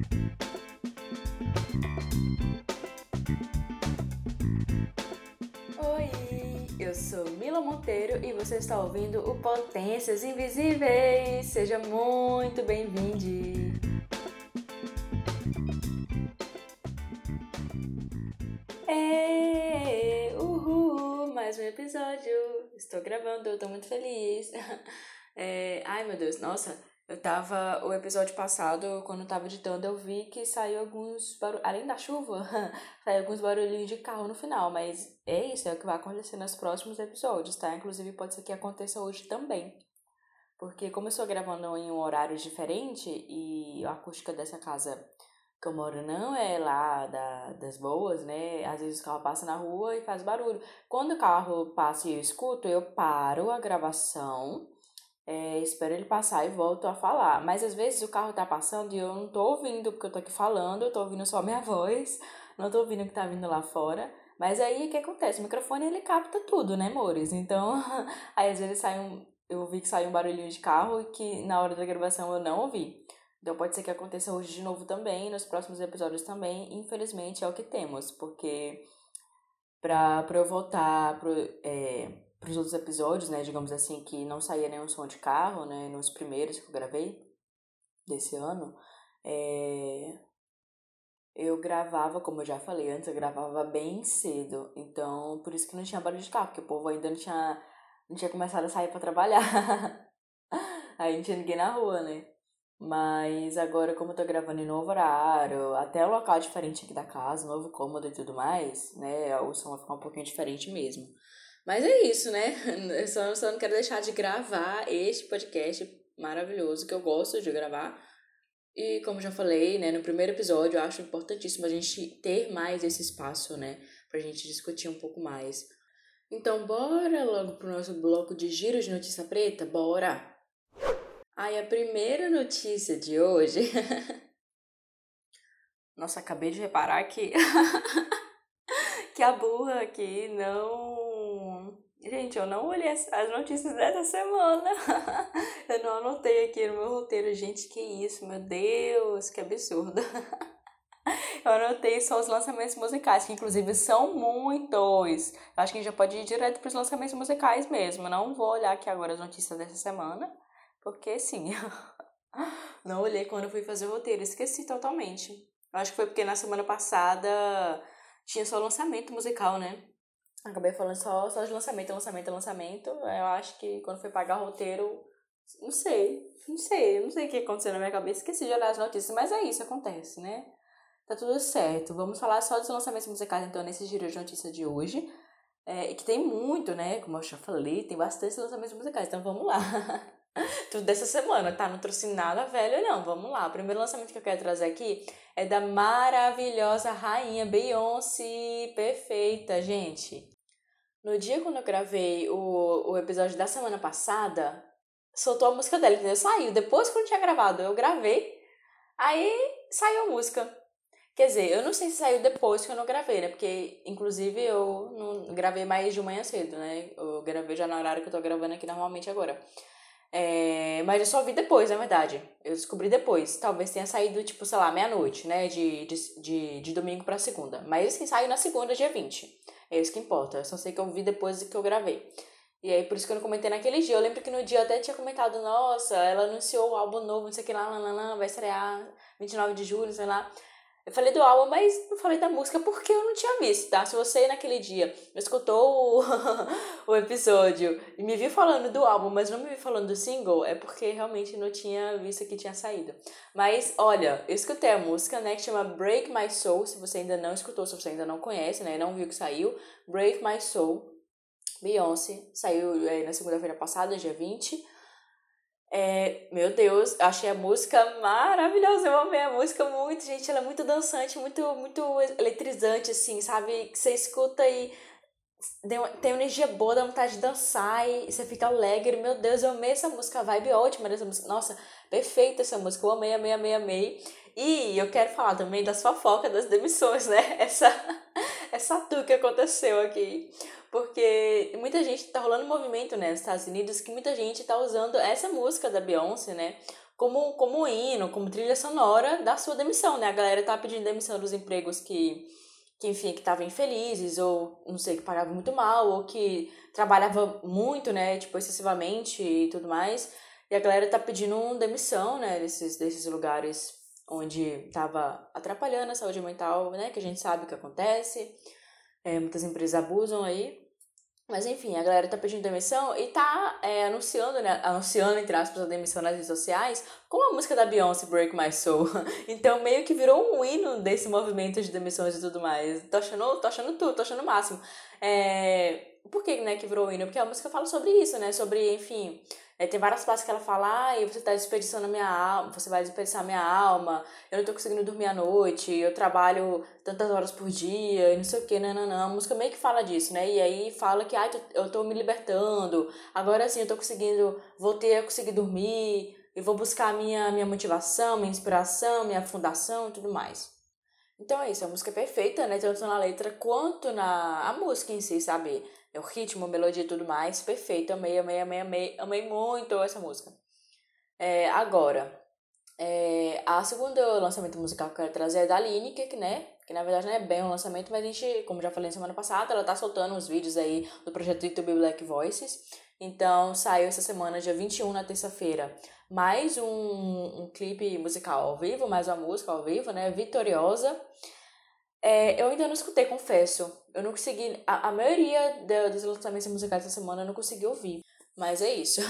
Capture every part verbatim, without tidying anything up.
Oi, eu sou Mila Monteiro e você está ouvindo o Potências Invisíveis. Seja muito bem-vindo. É, uhul, mais um episódio. Estou gravando, eu tô muito feliz. É, ai, meu Deus, nossa, eu tava. O episódio passado, quando eu tava editando, eu vi que saiu alguns barulhos. Além da chuva, saiu alguns barulhinhos de carro no final, mas é isso, é o que vai acontecer nos próximos episódios, tá? Inclusive, pode ser que aconteça hoje também. Porque, como eu estou gravando em um horário diferente e a acústica dessa casa que eu moro não é lá da, das boas, né? Às vezes o carro passa na rua e faz barulho. Quando o carro passa e eu escuto, eu paro a gravação, é, espero ele passar e volto a falar. Mas às vezes o carro tá passando e eu não tô ouvindo, porque eu tô aqui falando, eu tô ouvindo só minha voz, não tô ouvindo o que tá vindo lá fora. Mas aí o que acontece? O microfone ele capta tudo, né, amores? Então, aí às vezes sai um. Eu ouvi que saiu um barulhinho de carro e que na hora da gravação eu não ouvi. Então pode ser que aconteça hoje de novo também, nos próximos episódios também. Infelizmente é o que temos, porque pra, pra eu voltar pro, é, pros outros episódios, né, digamos assim, que não saía nenhum som de carro, né, nos primeiros que eu gravei desse ano, é, eu gravava, como eu já falei antes, eu gravava bem cedo. Então, por isso que não tinha barulho de carro, porque o povo ainda não tinha, não tinha começado a sair pra trabalhar. Aí não tinha ninguém na rua, né? Mas agora, como eu tô gravando em novo horário, até o local diferente aqui da casa, novo cômodo e tudo mais, né? O som vai ficar um pouquinho diferente mesmo. Mas é isso, né? Eu só, só não quero deixar de gravar este podcast maravilhoso que eu gosto de gravar. E como já falei, né, no primeiro episódio, eu acho importantíssimo a gente ter mais esse espaço, né? Pra gente discutir um pouco mais. Então, bora logo pro nosso bloco de giro de notícia preta? Bora! Ai, a primeira notícia de hoje. Nossa, acabei de reparar que. que a burra aqui não. Gente, eu não olhei as notícias dessa semana. Eu não anotei aqui no meu roteiro. Gente, que isso, meu Deus, que absurdo. Eu anotei só os lançamentos musicais, que inclusive são muitos. Eu acho que a gente já pode ir direto para os lançamentos musicais mesmo. Não vou olhar aqui agora as notícias dessa semana, porque sim. Não olhei quando eu fui fazer o roteiro, esqueci totalmente. Eu acho que foi porque na semana passada tinha só lançamento musical, né? Acabei falando só, só de lançamento, lançamento, lançamento. Eu acho que quando fui pagar o roteiro, não sei, não sei, não sei o que aconteceu na minha cabeça, esqueci de olhar as notícias, mas é isso, acontece, né? Tá tudo certo. Vamos falar só dos lançamentos musicais, então, nesse giro de notícia de hoje. É, que tem muito, né? Como eu já falei, tem bastante lançamentos musicais, então vamos lá. Tudo dessa semana, tá? Não trouxe nada velho, não. Vamos lá. O primeiro lançamento que eu quero trazer aqui é da maravilhosa rainha Beyoncé. Perfeita, gente. No dia quando eu gravei o, o episódio da semana passada, soltou a música dela, entendeu? Saiu. Depois que eu não tinha gravado, eu gravei. Aí saiu a música. Quer dizer, eu não sei se saiu depois que eu não gravei, né? Porque, inclusive, eu não gravei mais de manhã cedo, né? Eu gravei já no horário que eu tô gravando aqui normalmente agora. É, mas eu só vi depois, na verdade. Eu descobri depois. Talvez tenha saído, tipo, sei lá, meia-noite, né? De, de, de, de domingo pra segunda. Mas, assim, saiu na segunda, dia vinte. É isso que importa. Eu só sei que eu vi depois que eu gravei. E aí, por isso que eu não comentei naquele dia. Eu lembro que no dia eu até tinha comentado, nossa, ela anunciou o álbum novo, não sei o que lá, lá, lá, lá, vai estrear vinte e nove de julho, sei lá. Eu falei do álbum, mas não falei da música porque eu não tinha visto, tá? Se você naquele dia escutou o, o episódio e me viu falando do álbum, mas não me viu falando do single, é porque realmente não tinha visto que tinha saído. Mas, olha, eu escutei a música, né, que chama Break My Soul, se você ainda não escutou, se você ainda não conhece, né, não viu que saiu. Break My Soul, Beyoncé, saiu é, na segunda-feira passada, dia vinte. É, meu Deus, achei a música maravilhosa, eu amei a música muito, gente, ela é muito dançante, muito, muito eletrizante, assim, sabe, que você escuta e tem uma energia boa, dá vontade de dançar e você fica alegre, meu Deus, eu amei essa música, a vibe ótima dessa música, nossa, perfeita essa música, eu amei, amei, amei, amei, e eu quero falar também das fofocas, das demissões, né, essa, essa tudo que aconteceu aqui. Porque muita gente tá rolando um movimento, né, nos Estados Unidos, que muita gente tá usando essa música da Beyoncé, né, como, como hino, como trilha sonora da sua demissão, né? A galera tá pedindo demissão dos empregos que, que enfim, que estavam infelizes, ou, não sei, que pagavam muito mal, ou que trabalhava muito, né, tipo, excessivamente e tudo mais. E a galera tá pedindo demissão, né, desses, desses lugares onde tava atrapalhando a saúde mental, né, que a gente sabe que acontece. É, muitas empresas abusam aí. Mas enfim, a galera tá pedindo demissão e tá é, anunciando, né? Anunciando, entre aspas, a demissão nas redes sociais com a música da Beyoncé, Break My Soul. Então meio que virou um hino desse movimento de demissões e tudo mais. Tô achando, tô achando tudo, tô achando o máximo. É... Por que, né, que virou um hino? Porque a música fala sobre isso, né? Sobre, enfim. É, tem várias partes que ela fala, ai, você tá desperdiçando a minha alma, você vai desperdiçar a minha alma, eu não tô conseguindo dormir à noite, eu trabalho tantas horas por dia, e não sei o que, não, não, não. A música meio que fala disso, né? E aí fala que, ai, eu tô me libertando, agora sim eu tô conseguindo, voltei a conseguir dormir, eu vou buscar a minha, minha motivação, minha inspiração, minha fundação e tudo mais. Então é isso, a música é perfeita, né? Tanto na letra quanto na a música em si, sabe? É o ritmo, a melodia e tudo mais, perfeito. Amei, amei, amei, amei, amei muito essa música. É, agora, é, a segunda lançamento musical que eu quero trazer é da Lineker, que, né? Que na verdade não é bem um lançamento, mas a gente, como já falei na semana passada, ela tá soltando uns vídeos aí do projeto YouTube Black Voices. Então saiu essa semana, dia vinte e um, na terça-feira, mais um, um clipe musical ao vivo, mais uma música ao vivo, né? Vitoriosa. É, eu ainda não escutei, confesso. Eu não consegui. A, a maioria de, dos lançamentos musicais dessa semana eu não consegui ouvir. Mas é isso.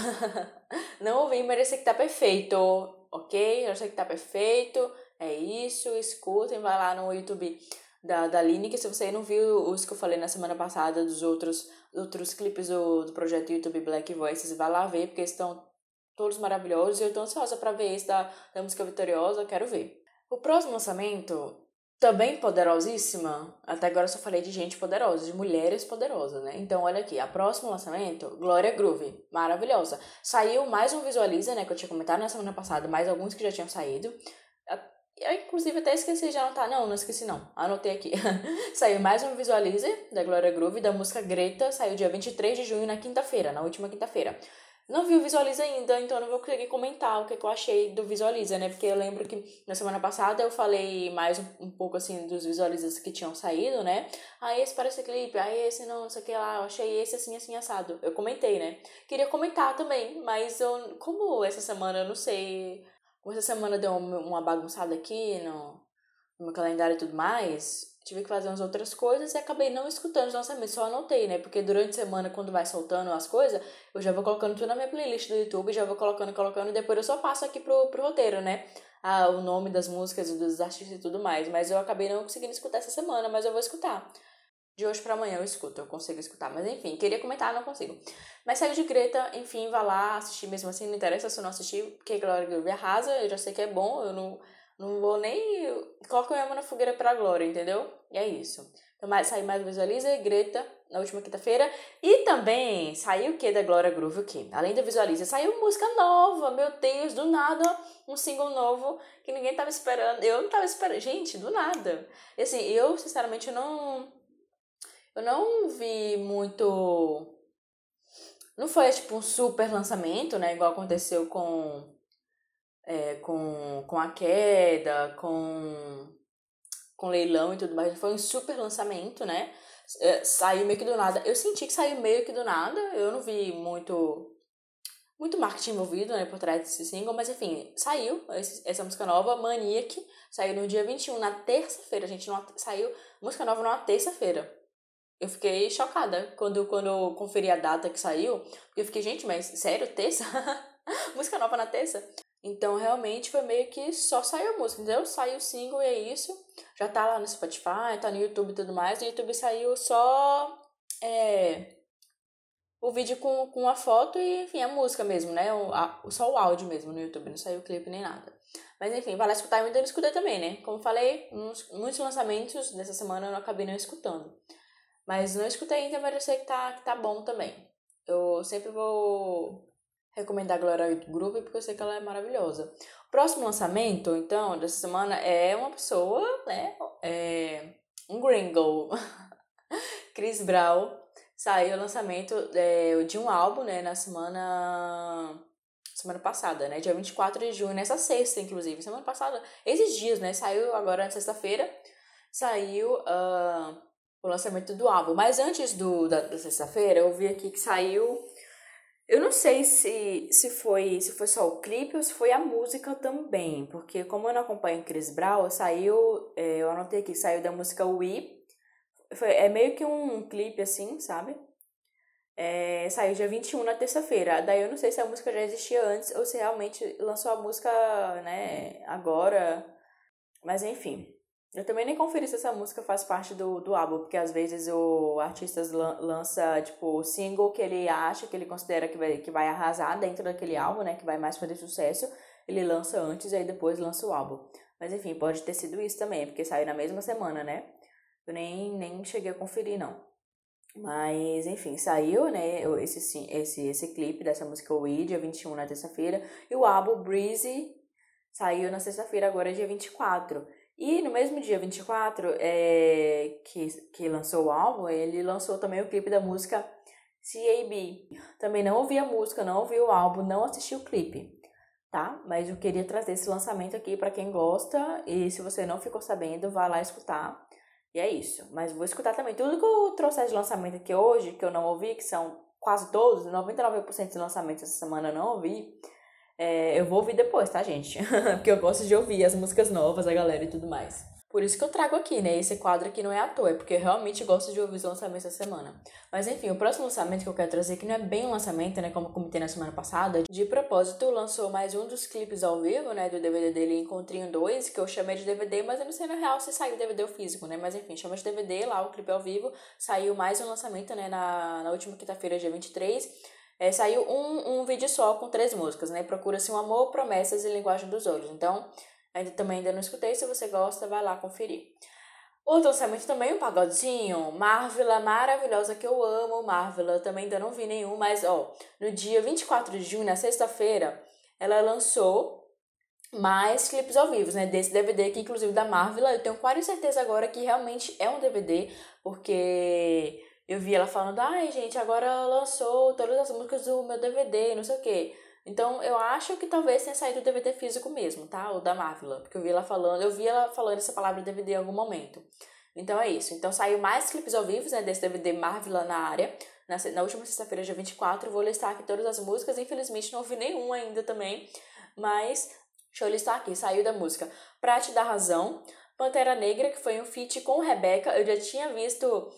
Não ouvi, mas eu sei que tá perfeito. Ok? Eu sei que tá perfeito. É isso. Escutem. Vai lá no YouTube da, da Lineker. Se você não viu os que eu falei na semana passada, dos outros, outros clipes do, do projeto YouTube Black Voices, vai lá ver, porque estão todos maravilhosos. E eu tô ansiosa pra ver esse da, da música Vitoriosa. Eu quero ver. O próximo lançamento. Também poderosíssima, até agora eu só falei de gente poderosa, de mulheres poderosas, né? Então, olha aqui, a próximo lançamento, Glória Groove, maravilhosa. Saiu mais um Visualiza, né, que eu tinha comentado na semana passada, mais alguns que já tinham saído. Eu, inclusive, até esqueci de anotar, não, não esqueci não, anotei aqui. Saiu mais um Visualizer, da Glória Groove, da música Greta, saiu dia vinte e três de junho, na quinta-feira, na última quinta-feira. Não vi o Visualiza ainda, então eu não vou conseguir comentar o que, que eu achei do Visualiza, né? Porque eu lembro que na semana passada eu falei mais um, um pouco, assim, dos Visualizas que tinham saído, né? Ah, esse parece clipe, ah, esse não, não sei o que lá, eu achei esse assim, assim, assado. Eu comentei, né? Queria comentar também, mas eu, como essa semana, eu não sei... Como essa semana deu uma bagunçada aqui no, no meu calendário e tudo mais... Tive que fazer umas outras coisas e acabei não escutando os lançamentos, só anotei, né? Porque durante a semana, quando vai soltando as coisas, eu já vou colocando tudo na minha playlist do YouTube, já vou colocando, colocando, e depois eu só passo aqui pro, pro roteiro, né? Ah, o nome das músicas, dos artistas e tudo mais. Mas eu acabei não conseguindo escutar essa semana, mas eu vou escutar. De hoje pra amanhã eu escuto, eu consigo escutar. Mas enfim, queria comentar, não consigo. Mas saiu de Greta, enfim, vá lá assistir mesmo assim, não interessa se eu não assistir, porque Glória Groove arrasa, eu já sei que é bom, eu não... Não vou nem... Coloco minha mão na fogueira pra Glória, entendeu? E é isso. Então, mais, saiu mais Visualiza e Greta na última quinta-feira. E também saiu o que da Glória Groove? O que? Além da Visualiza, saiu música nova. Meu Deus, do nada, um single novo que ninguém tava esperando. Eu não tava esperando. Gente, do nada. E assim, eu, sinceramente, eu não... Eu não vi muito... Não foi, tipo, um super lançamento, né? Igual aconteceu com... É, com, com a queda, com, com leilão e tudo mais. Foi um super lançamento, né? É, saiu meio que do nada. Eu senti que saiu meio que do nada. Eu não vi muito, muito marketing envolvido, né, por trás desse single. Mas enfim, saiu esse, essa música nova, Maniac. Saiu no dia vinte e um, na terça-feira. Gente, numa, saiu música nova numa terça-feira. Eu fiquei chocada quando, quando eu conferi a data que saiu. Porque eu fiquei, gente, mas sério, terça? Música nova na terça? Então, realmente, foi meio que só saiu a música, entendeu? Saiu o single e é isso. Já tá lá no Spotify, tá no YouTube e tudo mais. No YouTube saiu só é, o vídeo com, com a foto e, enfim, a música mesmo, né? O, a, só o áudio mesmo no YouTube, não saiu o clipe nem nada. Mas, enfim, vai lá escutar. Eu ainda não escutei também, né? Como falei, uns, muitos lançamentos dessa semana eu não acabei não escutando. Mas não escutei ainda, mas eu sei que tá, que tá bom também. Eu sempre vou... recomendar a Glória Groove porque eu sei que ela é maravilhosa. O próximo lançamento, então, dessa semana é uma pessoa, né? É um gringo. Chris Brown. Saiu o lançamento é, de um álbum, né? Na semana... semana passada, né? Dia vinte e quatro de junho, nessa sexta, inclusive. Semana passada, esses dias, né? Saiu agora na sexta-feira, saiu uh, o lançamento do álbum. Mas antes do, da, da sexta-feira, eu vi aqui que saiu... Eu não sei se, se, foi, se foi só o clipe ou se foi a música também. Porque como eu não acompanho Chris Brown, saiu... É, eu anotei aqui, saiu da música We. Foi, é meio que um clipe assim, sabe? É, saiu dia vinte e um na terça-feira. Daí eu não sei se a música já existia antes ou se realmente lançou a música, né, agora. Mas enfim. Eu também nem conferi se essa música faz parte do, do álbum, porque às vezes o artista lança, tipo, o single que ele acha, que ele considera que vai, que vai arrasar dentro daquele álbum, né, que vai mais fazer sucesso. Ele lança antes e aí depois lança o álbum. Mas enfim, pode ter sido isso também, porque saiu na mesma semana, né? Eu nem, nem cheguei a conferir, não. Mas, enfim, saiu, né, esse, esse, esse clipe dessa música We, dia vinte e um na terça-feira. E o álbum Breezy saiu na sexta-feira, agora dia vinte e quatro. E no mesmo dia vinte e quatro, é, que, que lançou o álbum, ele lançou também o clipe da música C A B. Também não ouvi a música, não ouvi o álbum, não assisti o clipe, tá? Mas eu queria trazer esse lançamento aqui pra quem gosta. E se você não ficou sabendo, vai lá escutar. E é isso. Mas vou escutar também tudo que eu trouxe de lançamento aqui hoje, que eu não ouvi, que são quase todos, noventa e nove por cento de lançamentos essa semana eu não ouvi. É, eu vou ouvir depois, tá, gente? Porque eu gosto de ouvir as músicas novas, a galera e tudo mais. Por isso que eu trago aqui, né? Esse quadro aqui não é à toa, é porque eu realmente gosto de ouvir os lançamentos essa semana. Mas enfim, o próximo lançamento que eu quero trazer, que não é bem um lançamento, né? Como eu comentei na semana passada, de propósito lançou mais um dos clipes ao vivo, né? Do D V D dele, Encontrinho dois, que eu chamei de D V D, mas eu não sei na real se saiu D V D ou físico, né? Mas enfim, chama de D V D lá, o clipe ao vivo. Saiu mais um lançamento, né? Na, na última quinta-feira, dia vinte e três. É, saiu um, um vídeo só com três músicas, né? Procura-se um amor, promessas e linguagem dos olhos. Então, ainda também ainda não escutei. Se você gosta, vai lá conferir. Outro lançamento também, um pagodinho. Marvela, maravilhosa, que eu amo. Marvela, também ainda não vi nenhum. Mas, ó, no dia vinte e quatro de junho, na sexta-feira, ela lançou mais clipes ao vivo, né? Desse D V D aqui, inclusive da Marvela. Eu tenho quase certeza agora que realmente é um D V D, porque... Eu vi ela falando, ai gente, agora lançou todas as músicas do meu D V D, não sei o quê. Então, eu acho que talvez tenha saído o D V D físico mesmo, tá? O da Marvela. Porque eu vi ela falando, eu vi ela falando essa palavra D V D em algum momento. Então, é isso. Então, saiu mais clipes ao vivo, né? Desse D V D Marvela na área. Na, na última sexta-feira, dia vinte e quatro, vou listar aqui todas as músicas. Infelizmente, não ouvi nenhum ainda também. Mas, deixa eu listar aqui. Saiu da música Pra Te Dar Razão. Pantera Negra, que foi um feat com Rebeca. Eu já tinha visto...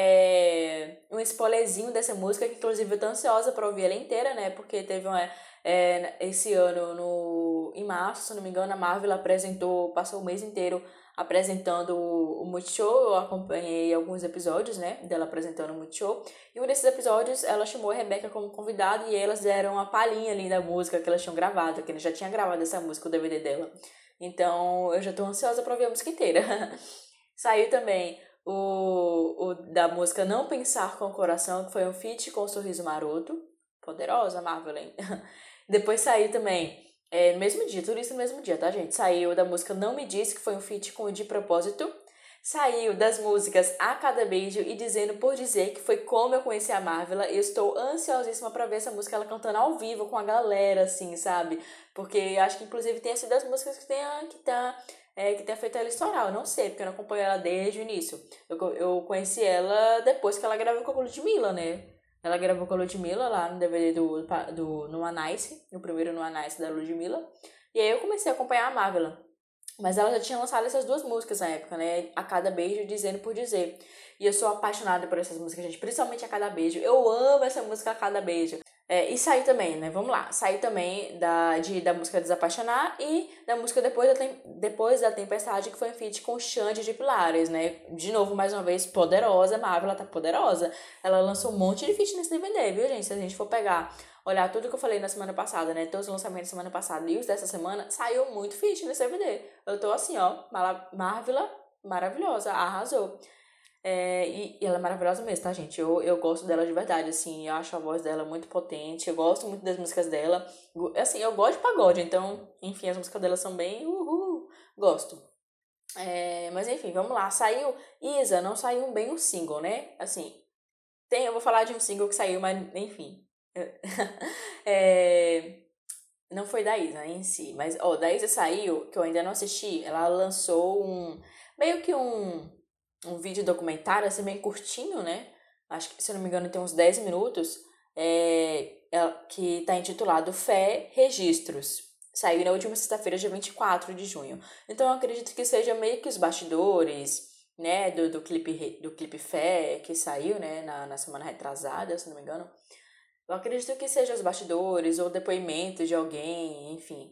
É, um spoilerzinho dessa música, que inclusive eu tô ansiosa pra ouvir ela inteira, né, porque teve uma, é, esse ano, no, em março, se não me engano, a Marvel apresentou, passou o mês inteiro apresentando o, o Multishow. Eu acompanhei alguns episódios, né, dela apresentando o Multishow, e um desses episódios ela chamou a Rebeca como convidada e elas deram uma palhinha ali da música que elas tinham gravado, que eles já tinha gravado essa música, o D V D dela. Então eu já tô ansiosa pra ouvir a música inteira. Saiu também O, o da música Não Pensar com o Coração, que foi um feat com o Sorriso Maroto. Poderosa, Marvel, hein? Depois saiu também, é, no mesmo dia, tudo isso no mesmo dia, tá, gente? Saiu da música Não Me Diz, que foi um feat com o De Propósito. Saiu das músicas A Cada Beijo e Dizendo Por Dizer, que foi como eu conheci a Marvel. Eu estou ansiosíssima pra ver essa música, ela cantando ao vivo com a galera, assim, sabe? Porque acho que, inclusive, tem sido das músicas que tem, que tá... É, que tenha feito ela estourar, eu não sei, porque eu não acompanho ela desde o início. Eu, eu conheci ela depois que ela gravou com a Ludmilla, né? Ela gravou com a Ludmilla lá no D V D do, do No Anice, no primeiro No Anice da Ludmilla. E aí eu comecei a acompanhar a Marvel. Mas ela já tinha lançado essas duas músicas na época, né? A Cada Beijo e Dizendo Por Dizer. E eu sou apaixonada por essas músicas, gente. Principalmente A Cada Beijo. Eu amo essa música A Cada Beijo. É, e saiu também, né? Vamos lá. Saiu também da, de, da música Desapaixonar e da música Depois da, Depois da Tempestade, que foi um feat com Xande de Pilares, né? De novo, mais uma vez, poderosa. Marvel, ela tá poderosa. Ela lançou um monte de feat nesse D V D, viu, gente? Se a gente for pegar, olhar tudo que eu falei na semana passada, né? Todos os lançamentos da semana passada e os dessa semana, saiu muito feat nesse D V D. Eu tô assim, ó. Marvel, maravilhosa. Arrasou. É, e, e ela é maravilhosa mesmo, tá, gente? Eu, eu gosto dela de verdade, assim, eu acho a voz dela muito potente, eu gosto muito das músicas dela. Assim, eu gosto de pagode, então, enfim, as músicas dela são bem uhul, gosto. É, mas enfim, vamos lá. Saiu Isa, não saiu bem um single, né? Assim, tem, eu vou falar de um single que saiu, mas enfim. é, Não foi da Isa em si, mas, ó, da Isa saiu, que eu ainda não assisti, ela lançou um, meio que um, um vídeo documentário, assim, bem curtinho, né? Acho que, se eu não me engano, tem uns dez minutos, é, é, que tá intitulado Fé Registros. Saiu na última sexta-feira, dia vinte e quatro de junho. Então, eu acredito que seja meio que os bastidores, né, do, do, clipe, do clipe Fé, que saiu, né, na, na semana retrasada, se não me engano. Eu acredito que seja os bastidores ou depoimentos de alguém, enfim.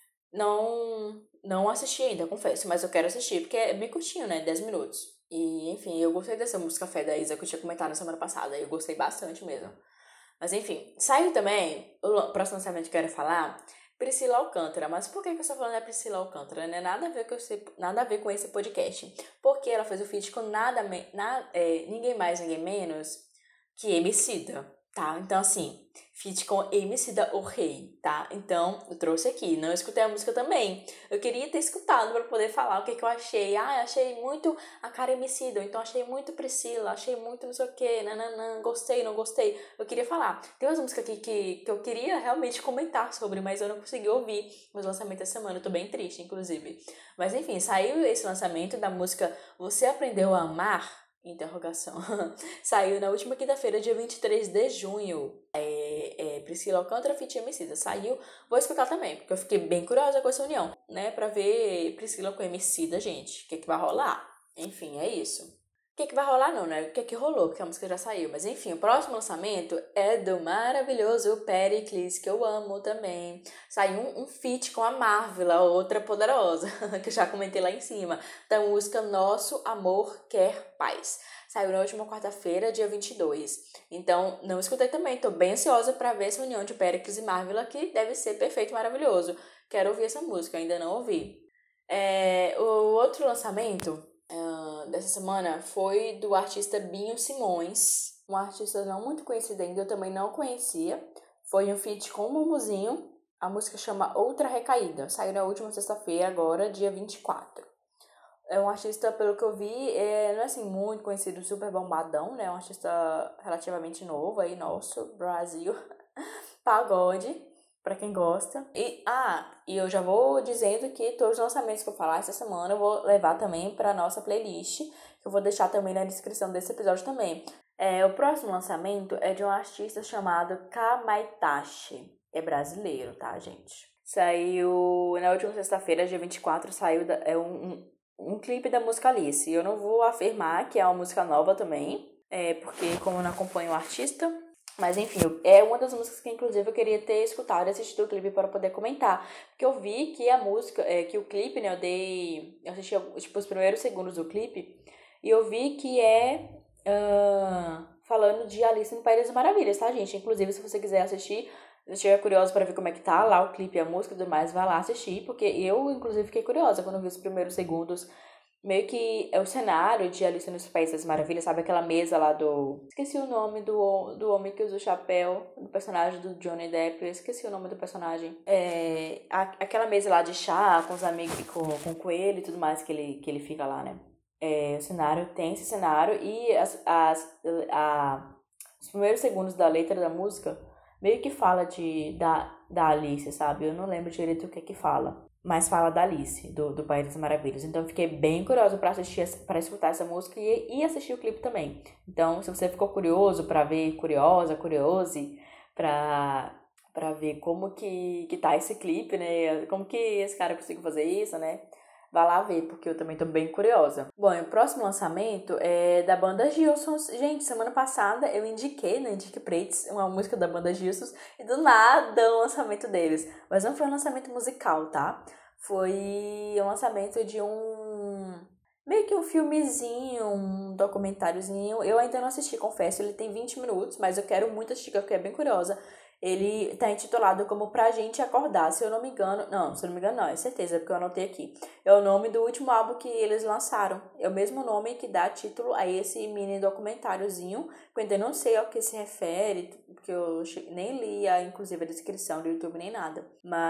Não, não assisti ainda, confesso, mas eu quero assistir, porque é bem curtinho, né? dez minutos. E, enfim, eu gostei dessa música Fé da Isa que eu tinha comentado na semana passada. Eu gostei bastante mesmo. Mas, enfim, saiu também, o próximo lançamento que eu quero falar, Priscila Alcântara. Mas por que que eu estou falando da Priscila Alcântara, né? Nada a ver com esse, nada a ver com esse podcast. Porque ela fez o feat com nada, na, é, ninguém mais, ninguém menos que Emicida. Tá, então assim, feat com Emicida, o rei, tá? Então, eu trouxe aqui, não escutei a música também. Eu queria ter escutado pra poder falar o que, que eu achei. Ah, achei muito a cara Emicida, então achei muito Priscila, achei muito não sei o que, nananã, gostei, não gostei. Eu queria falar. Tem umas músicas aqui que, que eu queria realmente comentar sobre, mas eu não consegui ouvir os lançamentos da semana, eu tô bem triste, inclusive. Mas enfim, saiu esse lançamento da música Você Aprendeu a Amar? Interrogação. Saiu na última quinta-feira, dia vinte e três de junho. É, é, Priscila Alcântara feat. Emicida. Saiu. Vou explicar também, porque eu fiquei bem curiosa com essa união, né? Pra ver Priscila com Emicida, gente. O que, que vai rolar? Enfim, é isso. O que, que vai rolar não, né? O que, que rolou, porque a música já saiu. Mas enfim, o próximo lançamento é do maravilhoso Pericles, que eu amo também. Saiu um, um feat com a Marvel, a outra poderosa, que eu já comentei lá em cima, da música Nosso Amor Quer Paz. Saiu na última quarta-feira, dia vinte e dois. Então, não escutei também, tô bem ansiosa pra ver essa união de Pericles e Marvel, que deve ser perfeito e maravilhoso. Quero ouvir essa música, ainda não ouvi. É, o outro lançamento Uh, dessa semana foi do artista Binho Simões, um artista não muito conhecido ainda, eu também não conhecia. Foi um feat com o Mumuzinho, a música chama Outra Recaída, saiu na última sexta-feira, agora, dia vinte e quatro. É um artista, pelo que eu vi, é, não é assim muito conhecido, super bombadão, né? É um artista relativamente novo aí, nosso, Brasil, pagode. Pra quem gosta. E, ah, e eu já vou dizendo que todos os lançamentos que eu falar essa semana eu vou levar também pra nossa playlist, que eu vou deixar também na descrição desse episódio também. É, o próximo lançamento é de um artista chamado Kamaitachi. É brasileiro, tá, gente? Saiu na última sexta-feira, dia vinte e quatro, saiu da, é um, um, um clipe da música Alice. Eu não vou afirmar que é uma música nova também, é porque como eu não acompanho o artista... Mas enfim, é uma das músicas que inclusive eu queria ter escutado e assistido o clipe para poder comentar. Porque eu vi que a música, é, que o clipe, né, eu dei... Eu assisti tipo, os primeiros segundos do clipe e eu vi que é uh, falando de Alice no País das Maravilhas, tá, gente? Inclusive, se você quiser assistir, se estiver curioso para ver como é que tá lá o clipe, a música e tudo mais, vai lá assistir. Porque eu, inclusive, fiquei curiosa quando eu vi os primeiros segundos. Meio que é o cenário de Alice no País das Maravilhas, sabe? Aquela mesa lá do... Esqueci o nome do, do homem que usa o chapéu, do personagem do Johnny Depp. Eu esqueci o nome do personagem. É... A, aquela mesa lá de chá, com os amigos, com, com o coelho e tudo mais que ele, que ele fica lá, né? É, o cenário tem esse cenário e as, as, a, os primeiros segundos da letra da música meio que fala de, da, da Alice, sabe? Eu não lembro direito o que que fala. Mas fala da Alice, do, do País das Maravilhas. Então eu fiquei bem curiosa pra assistir, para escutar essa música e, e assistir o clipe também. Então, se você ficou curioso pra ver, curiosa, curiose, pra, pra ver como que, que tá esse clipe, né? Como que esse cara conseguiu fazer isso, né? Vai lá ver, porque eu também tô bem curiosa. Bom, e o próximo lançamento é da banda Gilsons. Gente, semana passada eu indiquei na Indique Pretes uma música da banda Gilsons e do nada o lançamento deles. Mas não foi um lançamento musical, tá? Foi um lançamento de um... meio que um filmezinho, um documentáriozinho. Eu ainda não assisti, confesso, ele tem vinte minutos, mas eu quero muito assistir, porque eu fiquei bem curiosa. Ele tá intitulado como Pra Gente Acordar, se eu não me engano... Não, se eu não me engano não, é certeza, porque eu anotei aqui. É o nome do último álbum que eles lançaram. É o mesmo nome que dá título a esse mini documentáriozinho, que eu ainda não sei ao que se refere, porque eu nem li, a, inclusive, a descrição do YouTube, nem nada.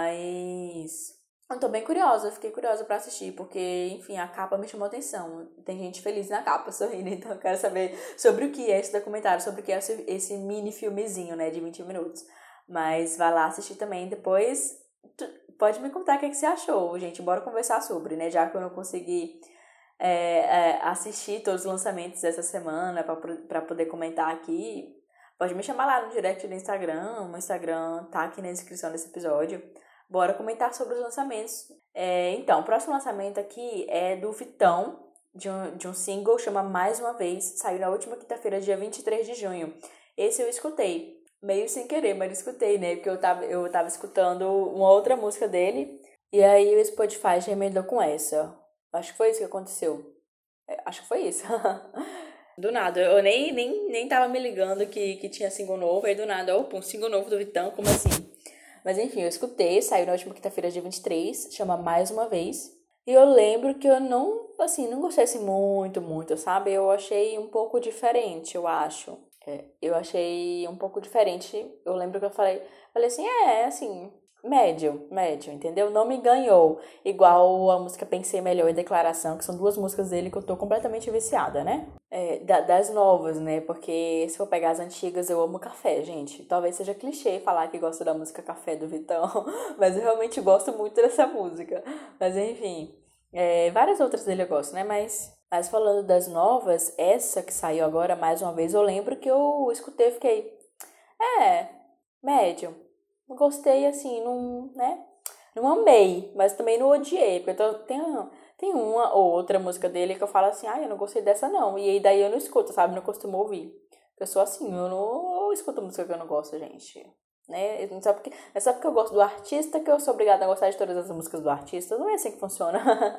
Mas... eu tô bem curiosa, fiquei curiosa pra assistir, porque, enfim, a capa me chamou atenção. Tem gente feliz na capa, sorrindo, então eu quero saber sobre o que é esse documentário, sobre o que é esse, esse mini filmezinho, né, de vinte minutos. Mas vai lá assistir também, depois tu, pode me contar o que, é que você achou, gente. Bora conversar sobre, né? Já que eu não consegui é, é, assistir todos os lançamentos dessa semana para poder comentar aqui. Pode me chamar lá no direct do Instagram. O meu Instagram tá aqui na descrição desse episódio. Bora comentar sobre os lançamentos. É, então, o próximo lançamento aqui é do Vitão, de um, de um single, chama Mais Uma Vez. Saiu na última quinta-feira, dia vinte e três de junho. Esse eu escutei, meio sem querer, mas escutei, né? Porque eu tava, eu tava escutando uma outra música dele. E aí o Spotify já emendou com essa. Acho que foi isso que aconteceu. É, acho que foi isso. Do nada, eu nem, nem, nem tava me ligando que, que tinha single novo. Aí do nada, opa, um single novo do Vitão, como assim? Mas enfim, eu escutei, saiu na última quinta-feira, dia vinte e três, chama Mais Uma Vez. E eu lembro que eu não, assim, não gostei assim muito, muito, sabe? Eu achei um pouco diferente, eu acho. É, eu achei um pouco diferente. Eu lembro que eu falei, falei assim, é, assim, médio, médio, entendeu? Não me ganhou. Igual a música Pensei Melhor e Declaração, que são duas músicas dele que eu tô completamente viciada, né? É, da, das novas, né? Porque se for pegar as antigas, eu amo Café, gente. Talvez seja clichê falar que gosto da música Café do Vitão, mas eu realmente gosto muito dessa música. Mas enfim, é, várias outras dele eu gosto, né? Mas, mas falando das novas, essa que saiu agora, mais uma vez, eu lembro que eu escutei e fiquei, é, médio. Gostei, assim, não, né? Não amei, mas também não odiei, porque eu tô, tem, tem uma ou outra música dele que eu falo assim, ah, eu não gostei dessa não, e aí daí eu não escuto, sabe? Não costumo ouvir. Eu sou assim, eu não eu escuto música que eu não gosto, gente. Né? Não é só porque, não é só porque eu gosto do artista que eu sou obrigada a gostar de todas as músicas do artista. Não é assim que funciona.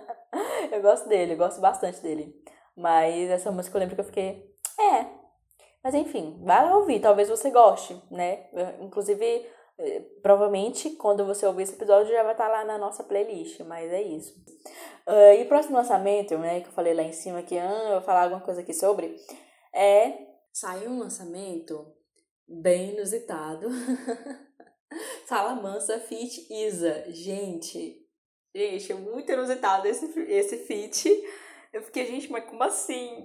Eu gosto dele, eu gosto bastante dele. Mas essa música eu lembro que eu fiquei, é. Mas enfim, vai lá ouvir, talvez você goste, né? Eu, inclusive, eh, provavelmente quando você ouvir esse episódio já vai estar lá na nossa playlist, mas é isso. Uh, e o próximo lançamento, né, que eu falei lá em cima que ah, eu vou falar alguma coisa aqui sobre, é... Saiu um lançamento bem inusitado. Fala Mansa feat. Isa. Gente, gente, é muito inusitado esse, esse feat. Eu fiquei, gente, mas como assim?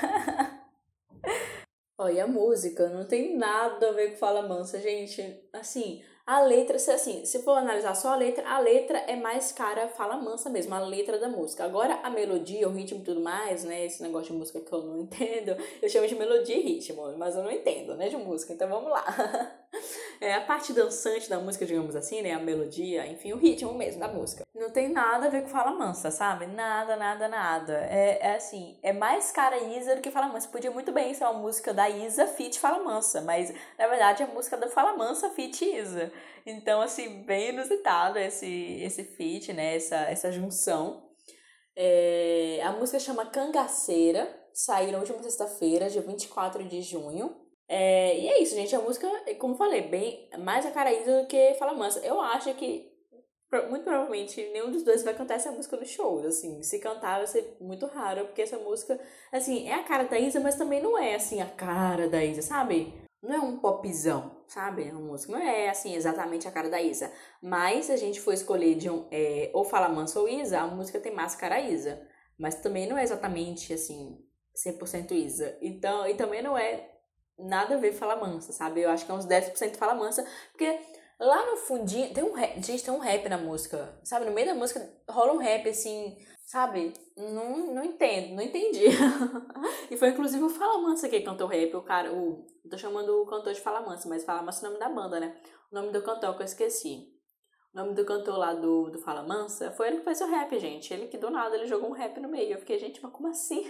Ó, e a música não tem nada a ver com Fala Mansa, gente. Assim, a letra, se assim, se for analisar só a letra, a letra é mais cara Fala Mansa mesmo, a letra da música. Agora, a melodia, o ritmo e tudo mais, né, esse negócio de música que eu não entendo, eu chamo de melodia e ritmo, mas eu não entendo, né, de música, então vamos lá. É a parte dançante da música, digamos assim, né, a melodia, enfim, o ritmo mesmo da música. Não tem nada a ver com Fala Mansa, sabe? Nada, nada, nada. É, é assim, é mais cara Isa do que Fala Mansa. Podia muito bem ser uma música da Isa feat Fala Mansa, mas na verdade é a música da Fala Mansa feat Isa. Então, assim, bem inusitado esse, esse feat, né, essa, essa junção. É, a música chama Cangaceira, saiu na última sexta-feira, dia vinte e quatro de junho. É, e é isso, gente. A música, como eu falei, bem mais a cara Isa do que Fala Mansa. Eu acho que, muito provavelmente, nenhum dos dois vai cantar essa música no show. Assim, se cantar vai ser muito raro, porque essa música, assim, é a cara da Isa, mas também não é, assim, a cara da Isa, sabe? Não é um popzão, sabe? A música não é, assim, exatamente a cara da Isa. Mas, se a gente for escolher de um, é, ou Fala Mansa ou Isa, a música tem mais cara Isa. Mas também não é exatamente, assim, cem por cento Isa. Então, e também não é nada a ver Fala Mansa, sabe? Eu acho que é uns dez por cento Fala Mansa, porque lá no fundinho tem um rap, gente, tem um rap na música, sabe? No meio da música rola um rap, assim, sabe? Não, não entendo, não entendi. E foi inclusive o Fala Mansa que cantou o rap, o cara, o... tô chamando o cantor de Fala Mansa, mas Fala Mansa é o nome da banda, né? O nome do cantor que eu esqueci. O nome do cantor lá do, do Fala Mansa foi ele que fez o rap, gente. Ele que do nada, ele jogou um rap no meio. Eu fiquei, gente, mas como assim?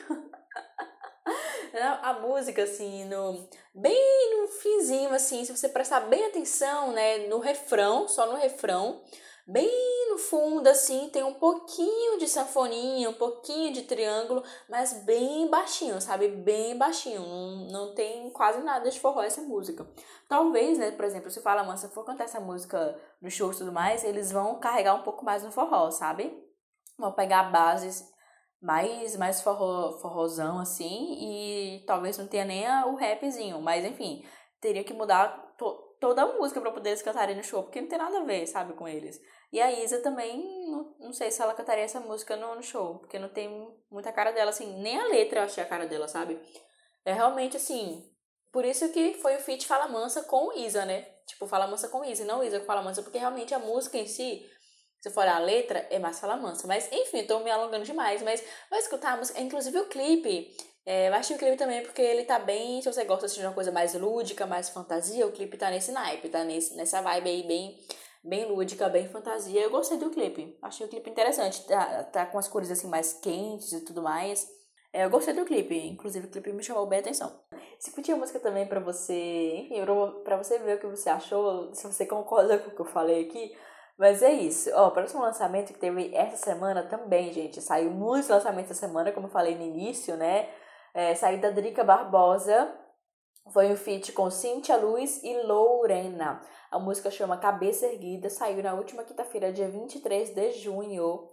A música, assim, no, bem no finzinho, assim, se você prestar bem atenção, né, no refrão, só no refrão, bem no fundo, assim, tem um pouquinho de sanfoninha, um pouquinho de triângulo, mas bem baixinho, sabe, bem baixinho, não, não tem quase nada de forró essa música. Talvez, né, por exemplo, se Fala Mansa for cantar essa música no show e tudo mais, eles vão carregar um pouco mais no forró, sabe? Vão pegar bases mais, mais forró, forrozão, assim, e talvez não tenha nem a, o rapzinho, mas enfim, teria que mudar to, toda a música pra poder eles cantarem no show, porque não tem nada a ver, sabe, com eles. E a Isa também, não, não sei se ela cantaria essa música no, no show, porque não tem muita cara dela, assim, nem a letra eu achei a cara dela, sabe? É realmente, assim, por isso que foi o feat Fala Mansa com Isa, né? tipo Fala Mansa com Isa, não Isa com Fala Mansa, porque realmente a música em si, se for olhar a letra, é mais Fala Mansa. Mas, enfim, tô me alongando demais, mas vai escutar a música, inclusive o clipe, é, vai assistir o clipe também, porque ele tá bem, se você gosta de uma coisa mais lúdica, mais fantasia, o clipe tá nesse naipe, tá nesse, nessa vibe aí bem, bem lúdica, bem fantasia. Eu gostei do clipe, achei o clipe interessante, tá, tá com as cores assim mais quentes e tudo mais. É, eu gostei do clipe, inclusive o clipe me chamou bem a atenção. Se curtir a música também pra você, enfim, pra você ver o que você achou, se você concorda com o que eu falei aqui. Mas é isso. Ó, o próximo lançamento que teve essa semana também, gente, saiu muitos lançamentos essa semana, como eu falei no início, né? É, saiu da Drica Barbosa, foi um feat com Cíntia Luz e Lorena. A música chama Cabeça Erguida, saiu na última quinta-feira, dia vinte e três de junho.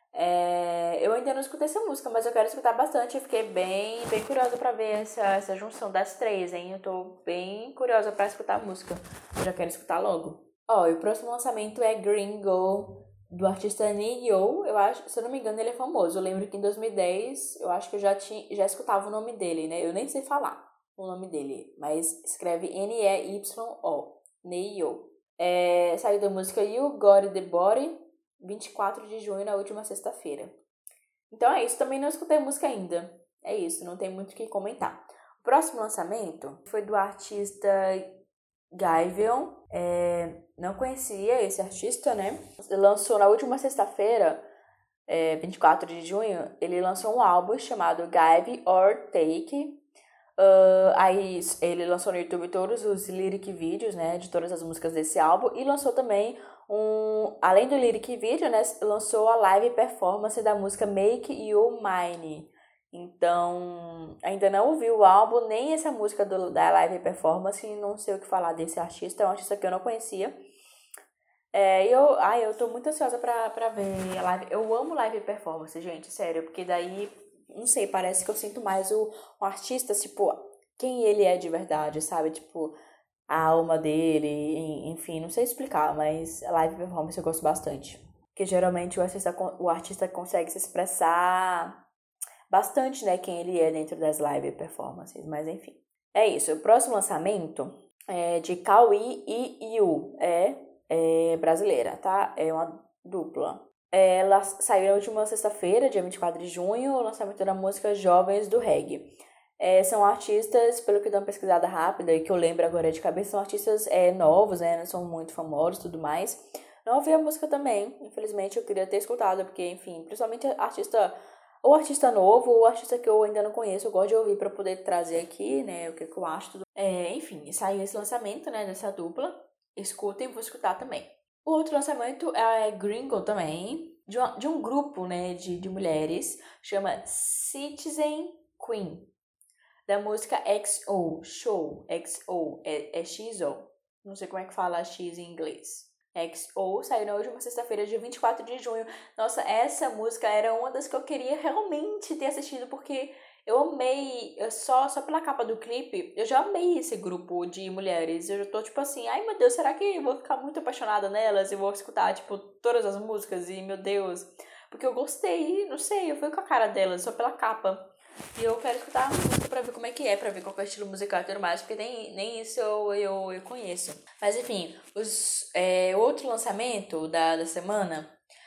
É, eu ainda não escutei essa música, mas eu quero escutar bastante. Eu fiquei bem, bem curiosa pra ver essa, essa junção das três, hein? Eu tô bem curiosa pra escutar a música. Eu já quero escutar logo. Ó, e o próximo lançamento é Gringo, do artista Neo. Eu acho, se eu não me engano, ele é famoso. Eu lembro que em dois mil e dez, eu acho que eu já, tinha, já escutava o nome dele, né? Eu nem sei falar o nome dele, mas escreve N E Y O, Neo. É, saiu da música You Got The Body, vinte e quatro de junho, na última sexta-feira. Então é isso, também não escutei música ainda. É isso, não tem muito o que comentar. O próximo lançamento foi do artista Gaivion. É, não conhecia esse artista, né? Ele lançou na última sexta-feira, é, vinte e quatro de junho, ele lançou um álbum chamado Give or Take. Uh, aí ele lançou no YouTube todos os lyric vídeos, né, de todas as músicas desse álbum, e lançou também um, além do lyric vídeo, né, lançou a live performance da música Make You Mine. Então, ainda não ouvi o álbum, nem essa música do, da live performance, não sei o que falar desse artista, é um artista que eu não conhecia. É, eu, ai, eu tô muito ansiosa pra, pra ver a live. Eu amo live performance, gente, sério, porque daí, não sei, parece que eu sinto mais o, o artista, tipo, quem ele é de verdade, sabe? Tipo, a alma dele, enfim, não sei explicar, mas a live performance eu gosto bastante. Porque geralmente o artista, o artista consegue se expressar bastante, né, quem ele é dentro das live performances, mas enfim. É isso, o próximo lançamento é de Cauê e Yu, é, é brasileira, tá? É uma dupla. Ela saiu na última sexta-feira, dia vinte e quatro de junho, o lançamento da música Jovens do Reggae. É, são artistas, pelo que dá uma pesquisada rápida, e que eu lembro agora de cabeça, são artistas é, novos, né, não são muito famosos e tudo mais. Não ouvi a música também, infelizmente eu queria ter escutado, porque, enfim, principalmente artista... ou artista novo, ou artista que eu ainda não conheço, eu gosto de ouvir para poder trazer aqui, né, o que, que eu acho. Tudo. É, enfim, saiu esse lançamento, né, dessa dupla. Escutem, vou escutar também. O outro lançamento é Gringo também, de, uma, de um grupo, né, de, de mulheres, chama Citizen Queen, da música X O, Show, X O, é, é X O, não sei como é que fala X em inglês. X O saiu na última sexta-feira, dia vinte e quatro de junho. Nossa, essa música era uma das que eu queria realmente ter assistido, porque eu amei, eu só, só pela capa do clipe, eu já amei esse grupo de mulheres. Eu já tô tipo assim, ai meu Deus, será que eu vou ficar muito apaixonada nelas e vou escutar, tipo, todas as músicas e meu Deus, porque eu gostei, não sei, eu fui com a cara delas só pela capa. E eu quero escutar a música pra ver como é que é, pra ver qual é o estilo musical e tudo mais, porque nem, nem isso eu, eu, eu conheço. Mas enfim, os, é, outro lançamento da, da semana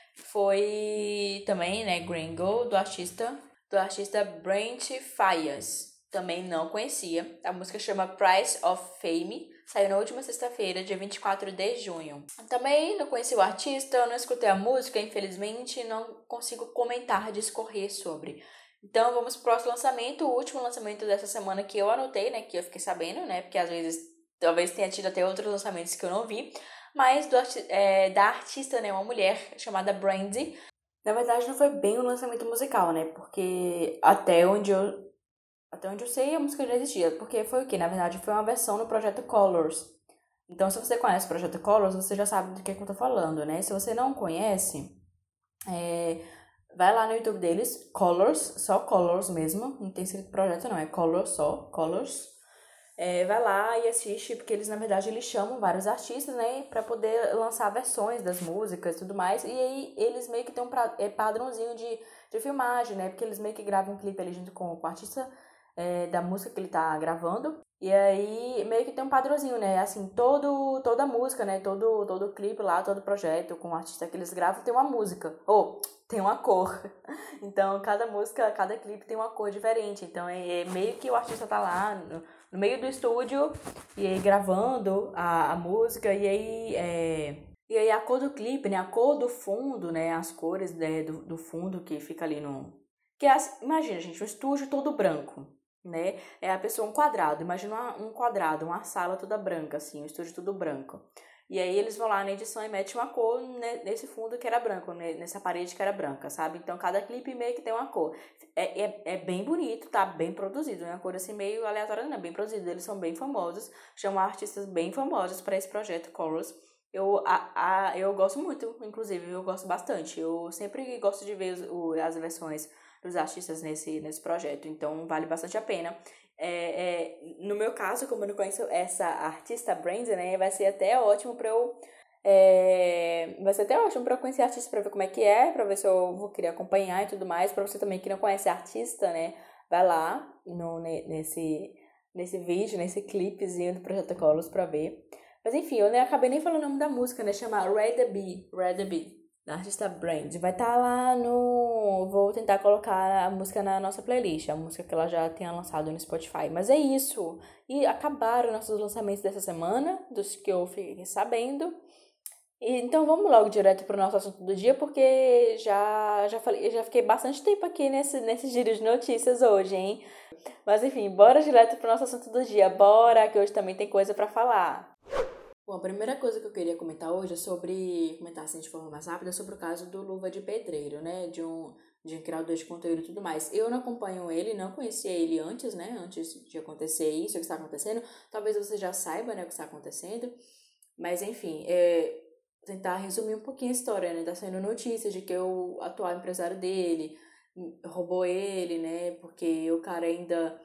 foi também, né, Gringo, do artista, do artista Brent Faiyaz. Também não conhecia. A música chama Price of Fame, saiu na última sexta-feira, dia vinte e quatro de junho. Também não conheci o artista, não escutei a música, infelizmente, não consigo comentar, discorrer sobre. Então, vamos pro próximo lançamento, o último lançamento dessa semana que eu anotei, né, que eu fiquei sabendo, né, porque às vezes, talvez tenha tido até outros lançamentos que eu não vi, mas do, é, da artista, né, uma mulher chamada Brandy. Na verdade, não foi bem um lançamento musical, né, porque até onde eu, até onde eu sei, a música já existia, porque foi o que? Na verdade, foi uma versão no projeto Colors. Então, se você conhece o projeto Colors, você já sabe do que, é que eu tô falando, né, se você não conhece, é... vai lá no YouTube deles, Colors, só Colors mesmo, não tem escrito projeto não, é Colors só, Colors. É, vai lá e assiste, porque eles, na verdade, eles chamam vários artistas, né, pra poder lançar versões das músicas e tudo mais, e aí eles meio que tem um pra, é, padrãozinho de, de filmagem, né, porque eles meio que gravam um clipe ali junto com, com o artista é, da música que ele tá gravando, E aí, meio que tem um padrãozinho, né? Assim, todo, toda música, né? Todo, todo clipe lá, todo projeto com o artista que eles gravam tem uma música. Ou, tem uma cor. Então, cada música, cada clipe tem uma cor diferente. Então, é, é meio que o artista tá lá no, no meio do estúdio e aí gravando a, a música. E aí, é, e aí a cor do clipe, né? A cor do fundo, né? As cores, né, do, do fundo que fica ali no... Que é, as- imagina, gente, um estúdio todo branco, né? É a pessoa um quadrado, imagina uma- um quadrado, uma sala toda branca, assim, um estúdio tudo branco. E aí eles vão lá na edição e metem uma cor ne- nesse fundo que era branco, ne- nessa parede que era branca, sabe? Então cada clipe meio que tem uma cor. É, é, é bem bonito, tá bem produzido, não é uma cor assim meio aleatória, não, é bem produzido. Eles são bem famosos, chamam artistas bem famosos para esse projeto Chorus. Eu, a, a, eu gosto muito, inclusive, eu gosto bastante. Eu sempre gosto de ver os, o, as versões dos artistas nesse, nesse projeto, então vale bastante a pena. É, é, no meu caso, como eu não conheço essa artista Brandy, né, vai ser até ótimo pra eu. É, vai ser até ótimo pra eu conhecer a artista, pra ver como é que é, pra ver se eu vou querer acompanhar e tudo mais. Pra você também que não conhece a artista, né, vai lá no, nesse, nesse vídeo, nesse clipezinho do Projeto Colos pra ver. Mas enfim, eu nem, acabei nem falando o nome da música, né, chama Red the Bee, Red the Bee, da artista Brand. Vai estar tá lá no... Vou tentar colocar a música na nossa playlist, a música que ela já tenha lançado no Spotify. Mas é isso. E acabaram nossos lançamentos dessa semana, dos que eu fiquei sabendo. E, então vamos logo direto para o nosso assunto do dia, porque já, já, falei, já fiquei bastante tempo aqui nesse, nesse giro de notícias hoje, hein? Mas enfim, bora direto para o nosso assunto do dia. Bora, que hoje também tem coisa para falar. Bom, a primeira coisa que eu queria comentar hoje é sobre, comentar assim de forma mais rápida, sobre o caso do Luva de Pedreiro, né, de um, de um criador de conteúdo e tudo mais. Eu não acompanho ele, não conhecia ele antes, né, antes de acontecer isso, o que está acontecendo. Talvez você já saiba, né, o que está acontecendo, mas enfim, é, tentar resumir um pouquinho a história, né, tá saindo notícias de que o atual empresário dele roubou ele, né, porque o cara ainda...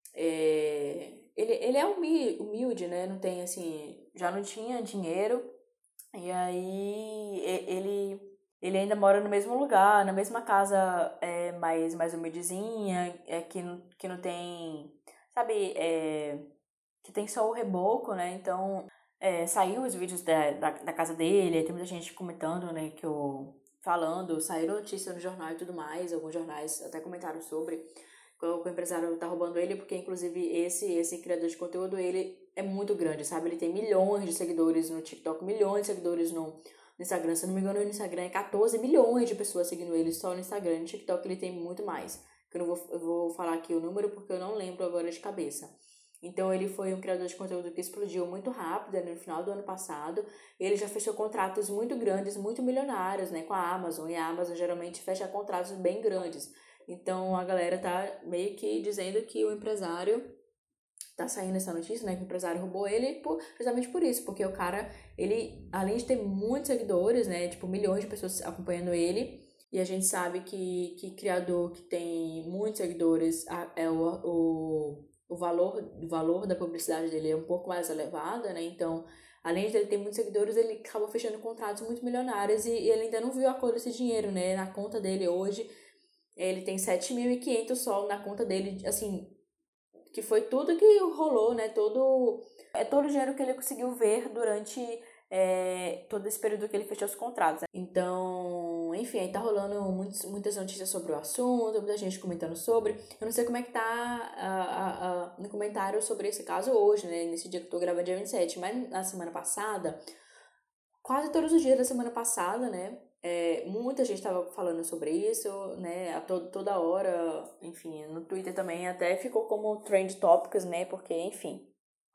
É, ele, ele é humi- humilde, né? Não tem assim, já não tinha dinheiro. E aí e- ele, ele ainda mora no mesmo lugar, na mesma casa é, mais, mais humildezinha, é, que, não- que não tem, sabe, é, que tem só o reboco, né? Então é, saiu os vídeos da, da, da casa dele, tem muita gente comentando, né, que eu falando, saiu notícia no jornal e tudo mais, alguns jornais até comentaram sobre que o empresário tá roubando ele, porque inclusive esse esse criador de conteúdo, ele é muito grande, sabe? Ele tem milhões de seguidores no TikTok, milhões de seguidores no, no Instagram. Se eu não me engano, no Instagram é catorze milhões de pessoas seguindo ele só no Instagram. No TikTok ele tem muito mais. Que eu não vou, eu vou falar aqui o número porque eu não lembro agora de cabeça. Então ele foi um criador de conteúdo que explodiu muito rápido, né, no final do ano passado. Ele já fechou contratos muito grandes, muito milionários, né, com a Amazon. E a Amazon geralmente fecha contratos bem grandes. Então a galera tá meio que dizendo que o empresário tá saindo essa notícia, né, que o empresário roubou ele por, precisamente por isso, porque o cara, ele, além de ter muitos seguidores, né, tipo, milhões de pessoas acompanhando ele, e a gente sabe que, que criador que tem muitos seguidores, a, é o, o, o, valor, o valor da publicidade dele é um pouco mais elevado, né, então, além de ele ter muitos seguidores, ele acabou fechando contratos muito milionários e, e ele ainda não viu a cor desse dinheiro, né, na conta dele hoje, ele tem sete mil e quinhentos sol na conta dele, assim, que foi tudo que rolou, né? Todo, é todo o dinheiro que ele conseguiu ver durante é, todo esse período que ele fechou os contratos. Né? Então, enfim, aí tá rolando muitos, muitas notícias sobre o assunto, muita gente comentando sobre. Eu não sei como é que tá a, a, a, no comentário sobre esse caso hoje, né? Nesse dia que eu tô gravando, dia vinte e sete, mas na semana passada, quase todos os dias da semana passada, né? É, muita gente estava falando sobre isso, né? A to toda hora, enfim, no Twitter também até ficou como trend topics, né? Porque, enfim.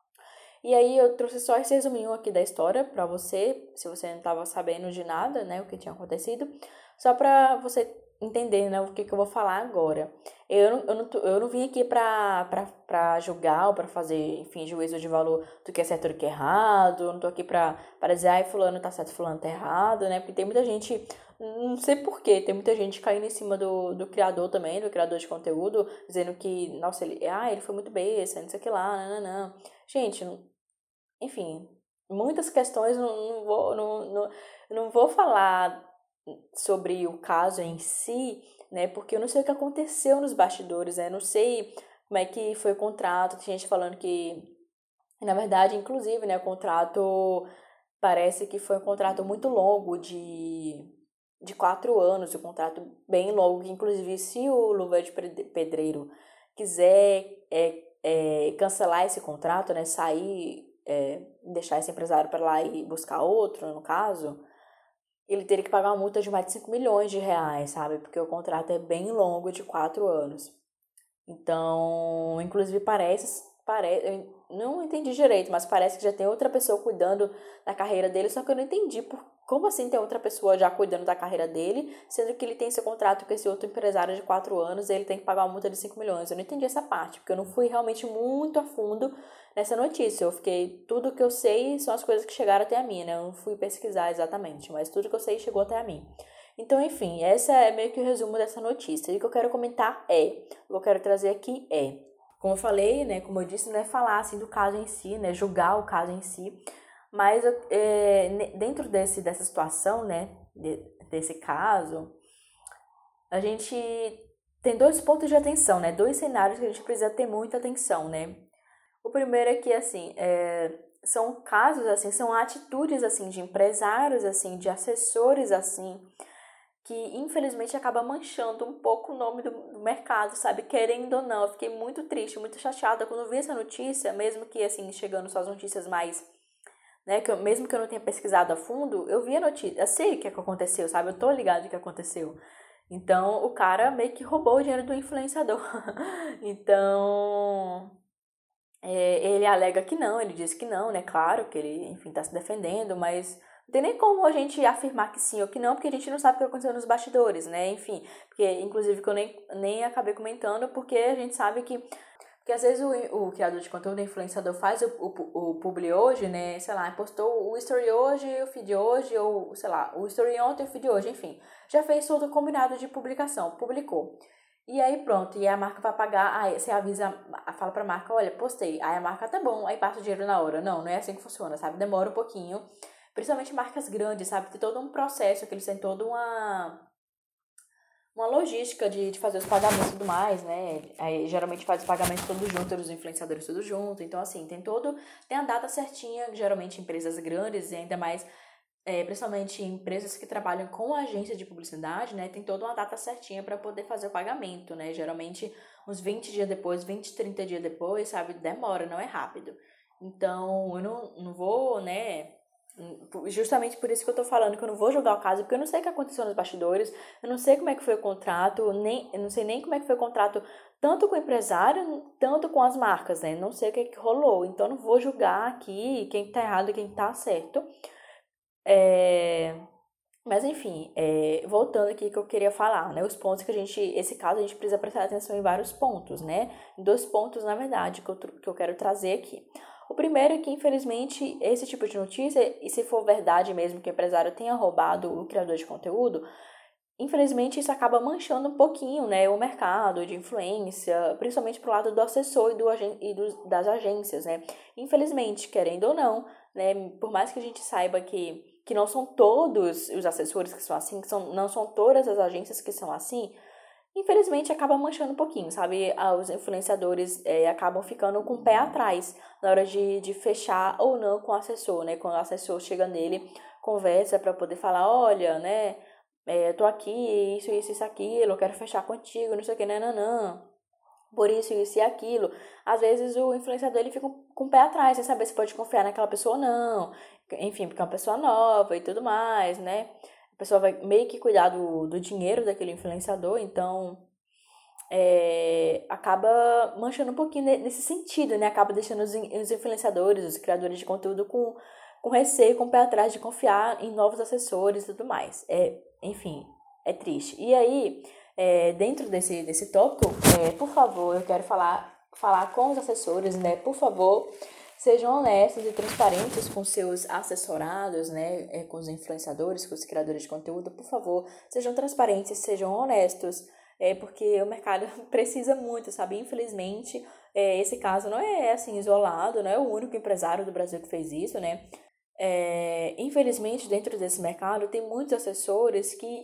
E aí eu trouxe só esse resuminho aqui da história pra você, se você não estava sabendo de nada, né? O que tinha acontecido, só pra você entender, né? O que, que eu vou falar agora. Eu não, eu não, tô- eu não vim aqui pra, pra, pra julgar ou pra fazer, enfim, juízo de valor do que é certo e do que é errado. Eu não tô aqui pra, pra dizer, ai, fulano tá certo, fulano tá errado, né? Porque tem muita gente, não sei porquê, tem muita gente caindo em cima do, do criador também, do criador de conteúdo, dizendo que, nossa, ele, ah, ele foi muito besta, não sei o que lá, não, não, não. Gente, enfim, muitas questões não, não vou, não, não, não vou falar sobre o caso em si, né? Porque eu não sei o que aconteceu nos bastidores, né? Eu não sei como é que foi o contrato, tem gente falando que, na verdade, inclusive, né, o contrato parece que foi um contrato muito longo, de, de quatro anos, um contrato bem longo, que inclusive se o Luva de Pedreiro quiser é, é, cancelar esse contrato, né, sair, é, deixar esse empresário para lá e buscar outro, no caso, ele teria que pagar uma multa de mais de cinco milhões de reais, sabe? Porque o contrato é bem longo, de quatro anos. Então, inclusive parece, parece, eu não entendi direito, mas parece que já tem outra pessoa cuidando da carreira dele, só que eu não entendi por, como assim tem outra pessoa já cuidando da carreira dele, sendo que ele tem esse contrato com esse outro empresário de quatro anos e ele tem que pagar uma multa de cinco milhões. Eu não entendi essa parte, porque eu não fui realmente muito a fundo nessa notícia. Eu fiquei, tudo que eu sei são as coisas que chegaram até a mim, né? Eu não fui pesquisar exatamente, mas tudo que eu sei chegou até a mim. Então, enfim, essa é meio que o resumo dessa notícia. E o que eu quero comentar é, o que eu quero trazer aqui é, como eu falei, né, como eu disse, não é falar assim do caso em si, né, julgar o caso em si, mas é, dentro desse, dessa situação, né, de, desse caso, a gente tem dois pontos de atenção, né, dois cenários que a gente precisa ter muita atenção, né. O primeiro é que, assim, é, são casos, assim, são atitudes, assim, de empresários, assim, de assessores, assim, que infelizmente acaba manchando um pouco o nome do, do mercado, sabe? Querendo ou não, eu fiquei muito triste, muito chateada quando eu vi essa notícia, mesmo que, assim, chegando só as notícias mais, né, que eu, mesmo que eu não tenha pesquisado a fundo, eu vi a notícia, eu sei o que, é que aconteceu, sabe? Eu tô ligada no que aconteceu. Então, o cara meio que roubou o dinheiro do influenciador. Então, é, ele alega que não, ele diz que não, né? Claro que ele, enfim, tá se defendendo, mas não tem nem como a gente afirmar que sim ou que não, porque a gente não sabe o que aconteceu nos bastidores, né? Enfim, porque inclusive que eu nem, nem acabei comentando, porque a gente sabe que, porque às vezes o, o criador de conteúdo, o influenciador faz o, o, o publi hoje, né? Sei lá, postou o story hoje, o feed hoje, ou sei lá, o story ontem, o feed hoje, enfim. Já fez todo o combinado de publicação, publicou. E aí pronto, e a marca vai pagar, aí você avisa, fala pra marca, olha, postei, aí a marca tá bom, aí passa o dinheiro na hora. Não, não é assim que funciona, sabe? Demora um pouquinho. Principalmente marcas grandes, sabe? Tem todo um processo, que eles têm toda uma, uma logística de, de fazer os pagamentos e tudo mais, né? Aí geralmente faz os pagamentos todos juntos, os influenciadores todos juntos. Então, assim, tem todo. Tem a data certinha, geralmente empresas grandes, e ainda mais, é, principalmente empresas que trabalham com agência de publicidade, né? Tem toda uma data certinha para poder fazer o pagamento, né? Geralmente uns vinte dias depois, vinte, trinta dias depois, sabe? Demora, não é rápido. Então, eu não, não vou, né? Justamente por isso que eu tô falando que eu não vou julgar o caso, porque eu não sei o que aconteceu nos bastidores, eu não sei como é que foi o contrato, nem, eu não sei nem como é que foi o contrato tanto com o empresário, tanto com as marcas, né? Não sei o que, é que rolou, então eu não vou julgar aqui quem tá errado e quem tá certo. É... Mas enfim, é... voltando aqui que eu queria falar, né? Os pontos que a gente, esse caso a gente precisa prestar atenção em vários pontos, né? Dois pontos, na verdade, que eu, que eu quero trazer aqui. O primeiro é que, infelizmente, esse tipo de notícia, e se for verdade mesmo que o empresário tenha roubado o criador de conteúdo, infelizmente isso acaba manchando um pouquinho, né, o mercado de influência, principalmente pro lado do assessor e, do, e do, das agências, né. Infelizmente, querendo ou não, né, por mais que a gente saiba que, que não são todos os assessores que são assim, que são, não são todas as agências que são assim, infelizmente acaba manchando um pouquinho, sabe? Os influenciadores é, acabam ficando com o pé atrás na hora de, de fechar ou não com o assessor, né? Quando o assessor chega nele, conversa para poder falar, olha, né? É, tô aqui, isso, isso, isso, aquilo, eu quero fechar contigo, não sei o que, nananã. Por isso, isso e aquilo. Às vezes o influenciador ele fica com o pé atrás, sem saber se pode confiar naquela pessoa ou não. Enfim, porque é uma pessoa nova e tudo mais, né? A pessoa vai meio que cuidar do, do dinheiro daquele influenciador, então é, acaba manchando um pouquinho nesse sentido, né? Acaba deixando os, os influenciadores, os criadores de conteúdo com, com receio, com o pé atrás de confiar em novos assessores e tudo mais. É, enfim, é triste. E aí, é, dentro desse, desse tópico, é, por favor, eu quero falar, falar com os assessores, né? Por favor, sejam honestos e transparentes com seus assessorados, né? É, com os influenciadores, com os criadores de conteúdo. Por favor, sejam transparentes, sejam honestos, é, porque o mercado precisa muito, sabe? Infelizmente, é, esse caso não é assim isolado, não é o único empresário do Brasil que fez isso, né? É, infelizmente, dentro desse mercado, tem muitos assessores que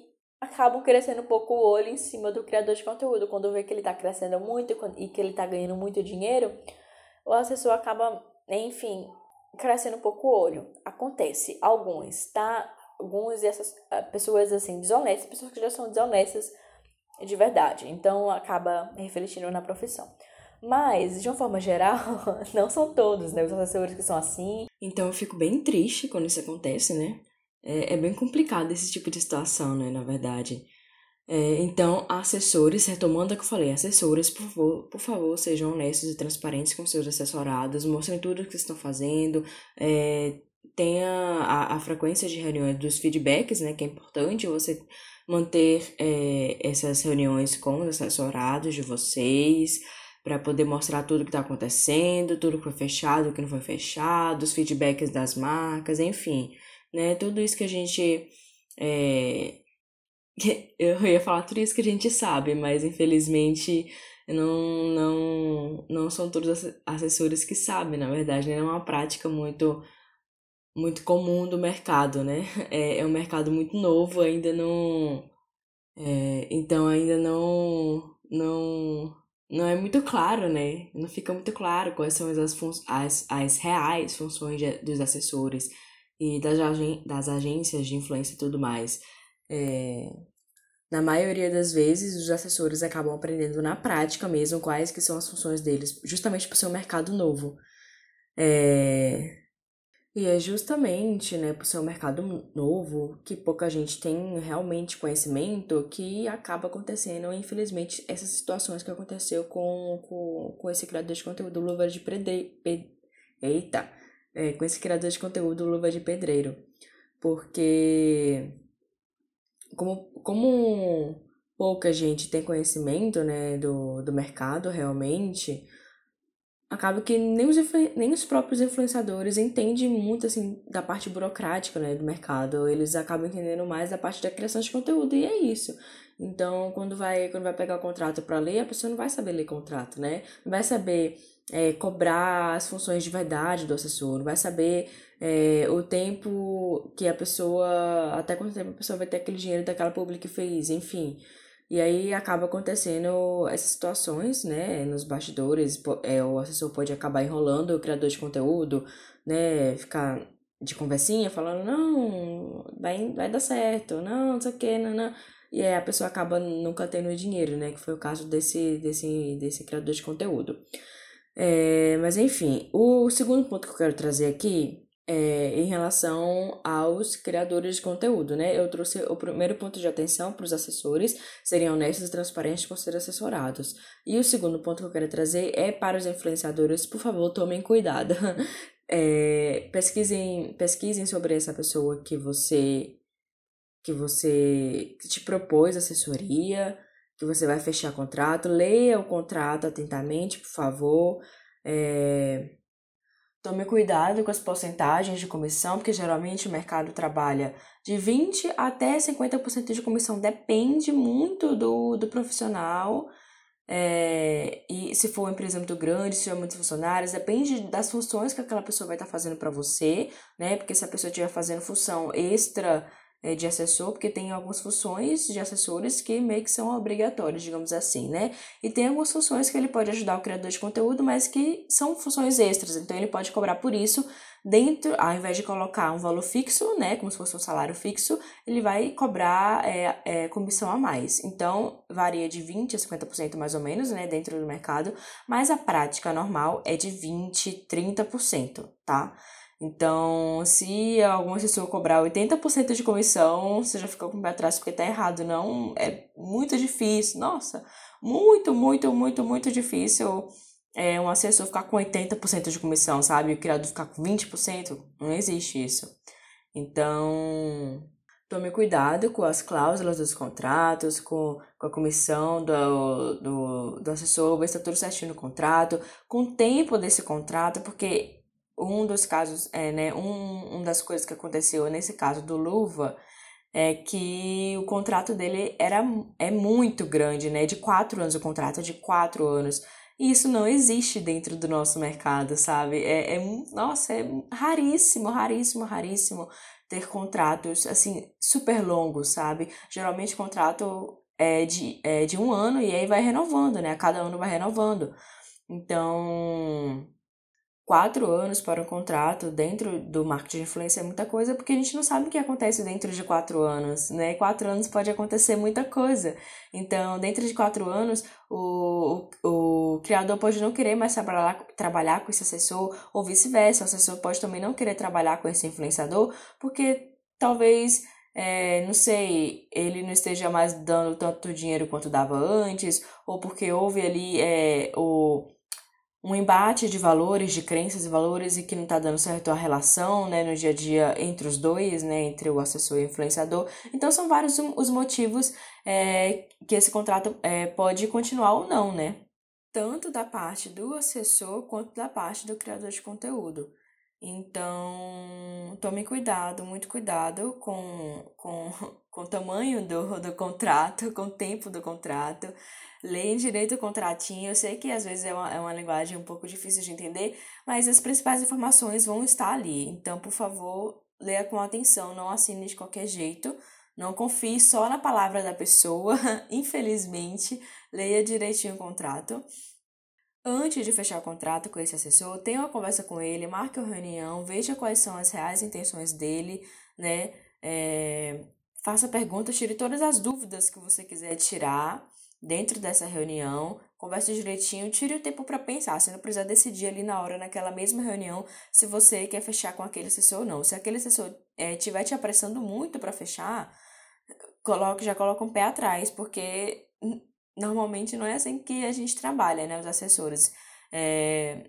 acabam crescendo um pouco o olho em cima do criador de conteúdo. Quando vê que ele tá crescendo muito e que ele tá ganhando muito dinheiro, o assessor acaba, enfim, crescendo um pouco o olho. Acontece, alguns, tá? Alguns dessas pessoas, assim, desonestas, pessoas que já são desonestas de verdade. Então, acaba refletindo na profissão. Mas, de uma forma geral, não são todos, né? Os assessores que são assim. Então, eu fico bem triste quando isso acontece, né? É, é bem complicado esse tipo de situação, né? Na verdade. É, então, assessores, retomando o que eu falei, assessores, por favor, por favor, sejam honestos e transparentes com seus assessorados, mostrem tudo o que estão fazendo, é, tenha a, a frequência de reuniões dos feedbacks, né, que é importante você manter é, essas reuniões com os assessorados de vocês, para poder mostrar tudo o que está acontecendo, tudo que foi fechado, o que não foi fechado, os feedbacks das marcas, enfim, né, tudo isso que a gente... É, eu ia falar tudo isso que a gente sabe, mas infelizmente não, não, não são todos os assessores que sabem, na verdade, né? É uma prática muito, muito comum do mercado, né? É, é um mercado muito novo, ainda não. É, então ainda não, não, não é muito claro, né? Não fica muito claro quais são as, fun as, as reais funções de, dos assessores e das, agen das agências de influência e tudo mais. É, na maioria das vezes, os assessores acabam aprendendo na prática mesmo quais que são as funções deles, justamente por ser um mercado novo. É... E é justamente, né, por ser um mercado novo, que pouca gente tem realmente conhecimento, que acaba acontecendo, infelizmente, essas situações que aconteceu com, com, com esse criador de conteúdo Luva de Pedreiro. Eita! É, com esse criador de conteúdo Luva de Pedreiro. Porque... Como, como pouca gente tem conhecimento, né, do, do mercado realmente, acaba que nem os, nem os próprios influenciadores entendem muito, assim, da parte burocrática, né, do mercado. Eles acabam entendendo mais da parte da criação de conteúdo, e é isso. Então, quando vai, quando vai pegar o contrato para ler, a pessoa não vai saber ler contrato, né? Não vai saber é, cobrar as funções de verdade do assessor, não vai saber é, o tempo que a pessoa, até quanto tempo a pessoa vai ter aquele dinheiro daquela publi que fez, enfim. E aí acaba acontecendo essas situações, né, nos bastidores, é, o assessor pode acabar enrolando o criador de conteúdo, né, ficar de conversinha, falando, não, vai, vai dar certo, não, não sei o que, não, não. E aí a pessoa acaba nunca tendo dinheiro, né, que foi o caso desse, desse, desse criador de conteúdo. É, mas enfim, o segundo ponto que eu quero trazer aqui é em relação aos criadores de conteúdo, né? Eu trouxe o primeiro ponto de atenção para os assessores serem honestos e transparentes com seus assessorados. E o segundo ponto que eu quero trazer é para os influenciadores, por favor, tomem cuidado. É, pesquisem, pesquisem sobre essa pessoa que você que você que te propôs assessoria, que você vai fechar contrato, leia o contrato atentamente, por favor. É, tome cuidado com as porcentagens de comissão, porque geralmente o mercado trabalha de vinte até cinquenta por cento de comissão, depende muito do, do profissional. É, e se for uma empresa muito grande, se tiver muitos funcionários, depende das funções que aquela pessoa vai estar fazendo para você, né? Porque se a pessoa estiver fazendo função extra é, de assessor, porque tem algumas funções de assessores que meio que são obrigatórias, digamos assim, né? E tem algumas funções que ele pode ajudar o criador de conteúdo, mas que são funções extras, então ele pode cobrar por isso dentro, ao invés de colocar um valor fixo, né, como se fosse um salário fixo, ele vai cobrar é, é, comissão a mais. Então, varia de vinte a cinquenta por cento mais ou menos, né, dentro do mercado, mas a prática normal é de vinte, trinta por cento, tá? Então, se algum assessor cobrar oitenta por cento de comissão, você já ficou com o pé atrás porque tá errado. Não, é muito difícil. Nossa, muito, muito, muito, muito difícil é, um assessor ficar com oitenta por cento de comissão, sabe? O criador ficar com vinte por cento. Não existe isso. Então, tome cuidado com as cláusulas dos contratos, com, com a comissão do, do, do assessor, ver se está tudo certinho no contrato, com o tempo desse contrato, porque um dos casos, é, né, um, um das coisas que aconteceu nesse caso do Luva é que o contrato dele era, é muito grande, né, de quatro anos, o contrato é de quatro anos, e isso não existe dentro do nosso mercado, sabe, é, é nossa, é raríssimo, raríssimo, raríssimo ter contratos, assim, super longos, sabe? Geralmente contrato é de, é de um ano e aí vai renovando, né? A cada ano vai renovando. Então, quatro anos para um contrato dentro do marketing de influência é muita coisa, porque a gente não sabe o que acontece dentro de quatro anos, né? Quatro anos pode acontecer muita coisa. Então, dentro de quatro anos, o, o, o criador pode não querer mais trabalhar, trabalhar com esse assessor, ou vice-versa. O assessor pode também não querer trabalhar com esse influenciador, porque talvez, é, não sei, ele não esteja mais dando tanto dinheiro quanto dava antes, ou porque houve ali é, o um embate de valores, de crenças e valores, e que não tá dando certo a relação, né, no dia a dia entre os dois, né, entre o assessor e o influenciador. Então, são vários os motivos é, que esse contrato é, pode continuar ou não, né? Tanto da parte do assessor quanto da parte do criador de conteúdo. Então, tome cuidado, muito cuidado com, com, com o tamanho do, do contrato, com o tempo do contrato. Leia direito o contratinho. Eu sei que às vezes é uma, é uma linguagem um pouco difícil de entender, mas as principais informações vão estar ali. Então, por favor, leia com atenção, não assine de qualquer jeito. Não confie só na palavra da pessoa, infelizmente. Leia direitinho o contrato. Antes de fechar o contrato com esse assessor, tenha uma conversa com ele, marque uma reunião, veja quais são as reais intenções dele, né? É, faça perguntas, tire todas as dúvidas que você quiser tirar dentro dessa reunião, converse direitinho, tire o tempo para pensar. Você não precisa decidir ali na hora, naquela mesma reunião, se você quer fechar com aquele assessor ou não. Se aquele assessor estiver é, te apressando muito para fechar, coloque, já coloca um pé atrás, porque normalmente não é assim que a gente trabalha, né, os assessores. É,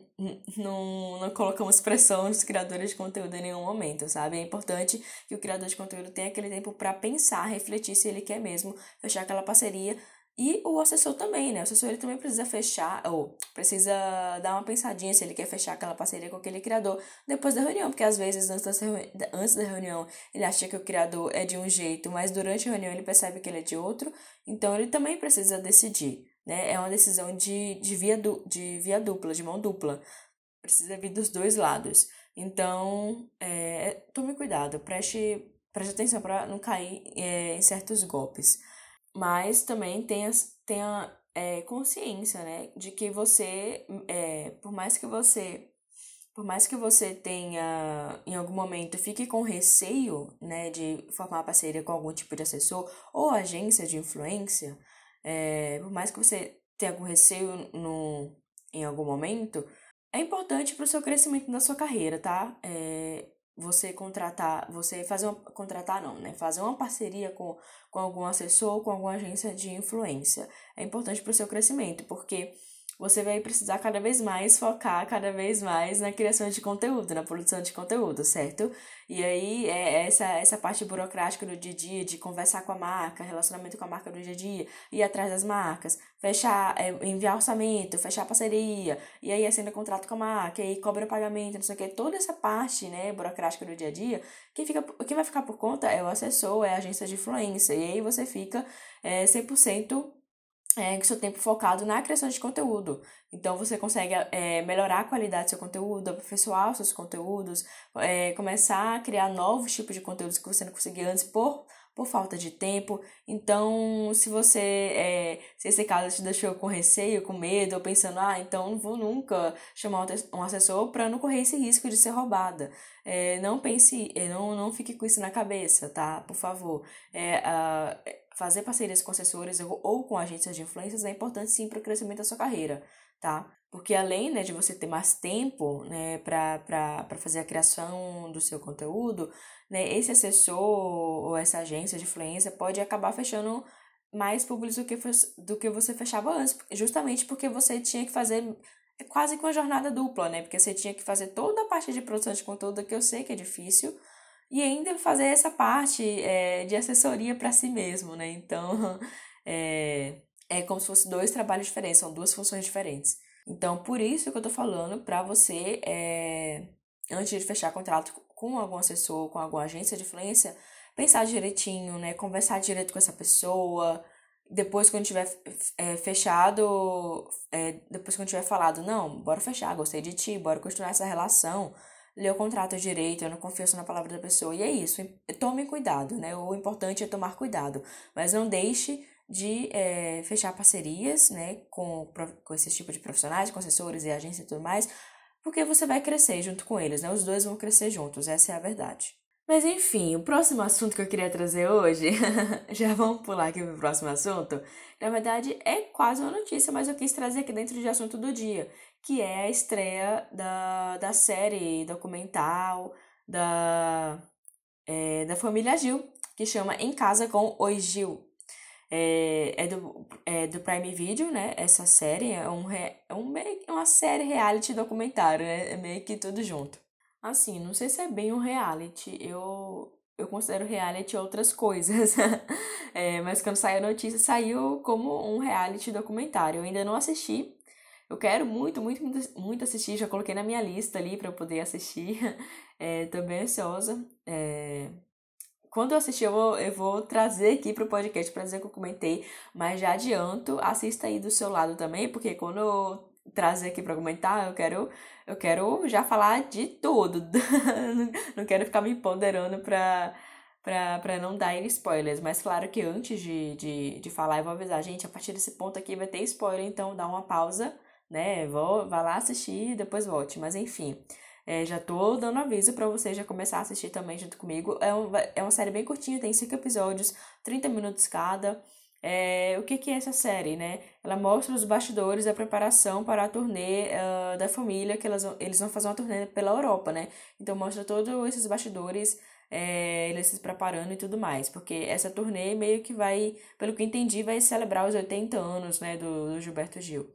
não, não colocamos pressão nos criadores de conteúdo em nenhum momento, sabe? É importante que o criador de conteúdo tenha aquele tempo para pensar, refletir se ele quer mesmo fechar aquela parceria. E o assessor também, né? O assessor ele também precisa fechar, ou precisa dar uma pensadinha se ele quer fechar aquela parceria com aquele criador depois da reunião, porque às vezes antes da, antes da reunião ele acha que o criador é de um jeito, mas durante a reunião ele percebe que ele é de outro, então ele também precisa decidir, né? É uma decisão de, de, via, du, de via dupla, de mão dupla, precisa vir dos dois lados. Então, é, tome cuidado, preste, preste atenção para não cair é, em certos golpes. Mas também tenha, tenha é, consciência, né, de que você, é, por mais que você, por mais que você tenha, em algum momento, fique com receio, né, de formar parceria com algum tipo de assessor ou agência de influência, é, por mais que você tenha algum receio no, em algum momento, é importante para o seu crescimento na sua carreira, tá? É, você contratar, você fazer uma, contratar não, né? Fazer uma parceria com, com algum assessor, com alguma agência de influência. É importante para o seu crescimento, porque você vai precisar cada vez mais focar cada vez mais na criação de conteúdo, na produção de conteúdo, certo? E aí, é essa, essa parte burocrática do dia a dia, de conversar com a marca, relacionamento com a marca do dia a dia, ir atrás das marcas, fechar, é, enviar orçamento, fechar parceria, e aí assina contrato com a marca, e aí cobra pagamento, não sei o que, toda essa parte, né, burocrática do dia a dia, quem, fica, quem vai ficar por conta é o assessor, é a agência de influência, e aí você fica é, cem por cento É, com seu tempo focado na criação de conteúdo. Então, você consegue é, melhorar a qualidade do seu conteúdo, aperfeiçoar os seus conteúdos, é, começar a criar novos tipos de conteúdos que você não conseguia antes por, por falta de tempo. Então, se você, é, se esse caso te deixou com receio, com medo, ou pensando, ah, então não vou nunca chamar um assessor para não correr esse risco de ser roubada. É, não pense, não, não fique com isso na cabeça, tá? Por favor. É, uh, Fazer parcerias com assessores ou com agências de influências é importante sim para o crescimento da sua carreira, tá? Porque além, né, de você ter mais tempo, né, para fazer a criação do seu conteúdo, né, esse assessor ou essa agência de influência pode acabar fechando mais públicos do que, do que você fechava antes, justamente porque você tinha que fazer quase que uma jornada dupla, né? Porque você tinha que fazer toda a parte de produção de conteúdo, que eu sei que é difícil, e ainda fazer essa parte é, de assessoria para si mesmo, né? Então, é, é como se fossem dois trabalhos diferentes, são duas funções diferentes. Então, por isso que eu tô falando para você, é, antes de fechar contrato com algum assessor, com alguma agência de influência, pensar direitinho, né? Conversar direito com essa pessoa. Depois, quando tiver é, fechado, é, depois quando tiver falado, não, bora fechar, gostei de ti, bora continuar essa relação, ler o contrato direito, eu não confio só na palavra da pessoa. E é isso, tome cuidado, né? O importante é tomar cuidado, mas não deixe de é, fechar parcerias, né, com, com esse tipo de profissionais, com assessores e agências e tudo mais, porque você vai crescer junto com eles, né? Os dois vão crescer juntos, essa é a verdade. Mas enfim, o próximo assunto que eu queria trazer hoje, já vamos pular aqui pro próximo assunto, na verdade é quase uma notícia, mas eu quis trazer aqui dentro de assunto do dia, que é a estreia da, da série documental da, é, da família Gil, que chama Em Casa com o Gil. É, é, do, é do Prime Video, né? Essa série é, um, é, um, é uma série reality documentário, né? É meio que tudo junto. Assim, não sei se é bem um reality, eu, eu considero reality outras coisas. É, mas quando saiu a notícia, saiu como um reality documentário. Eu ainda não assisti. Eu quero muito, muito, muito, muito assistir. Já coloquei na minha lista ali pra eu poder assistir. É, tô bem ansiosa. É, quando eu assistir, eu vou, eu vou trazer aqui pro podcast pra dizer que eu comentei. Mas já adianto, assista aí do seu lado também, porque quando eu trazer aqui pra comentar, eu quero, eu quero já falar de tudo. Não quero ficar me empoderando pra, pra, pra não dar spoilers. Mas claro que antes de, de, de falar, eu vou avisar, gente, a partir desse ponto aqui vai ter spoiler, então dá uma pausa, né? Vou, vai lá assistir e depois volte. Mas enfim, é, já tô dando aviso pra você já começar a assistir também junto comigo. É, um, é uma série bem curtinha, tem cinco episódios, trinta minutos cada. É, o que, que é essa série, né? Ela mostra os bastidores da preparação para a turnê uh, da família, que elas, eles vão fazer uma turnê pela Europa, né? Então mostra todos esses bastidores, é, eles se preparando e tudo mais. Porque essa turnê meio que vai, pelo que eu entendi, vai celebrar os oitenta anos, né, do, do Gilberto Gil.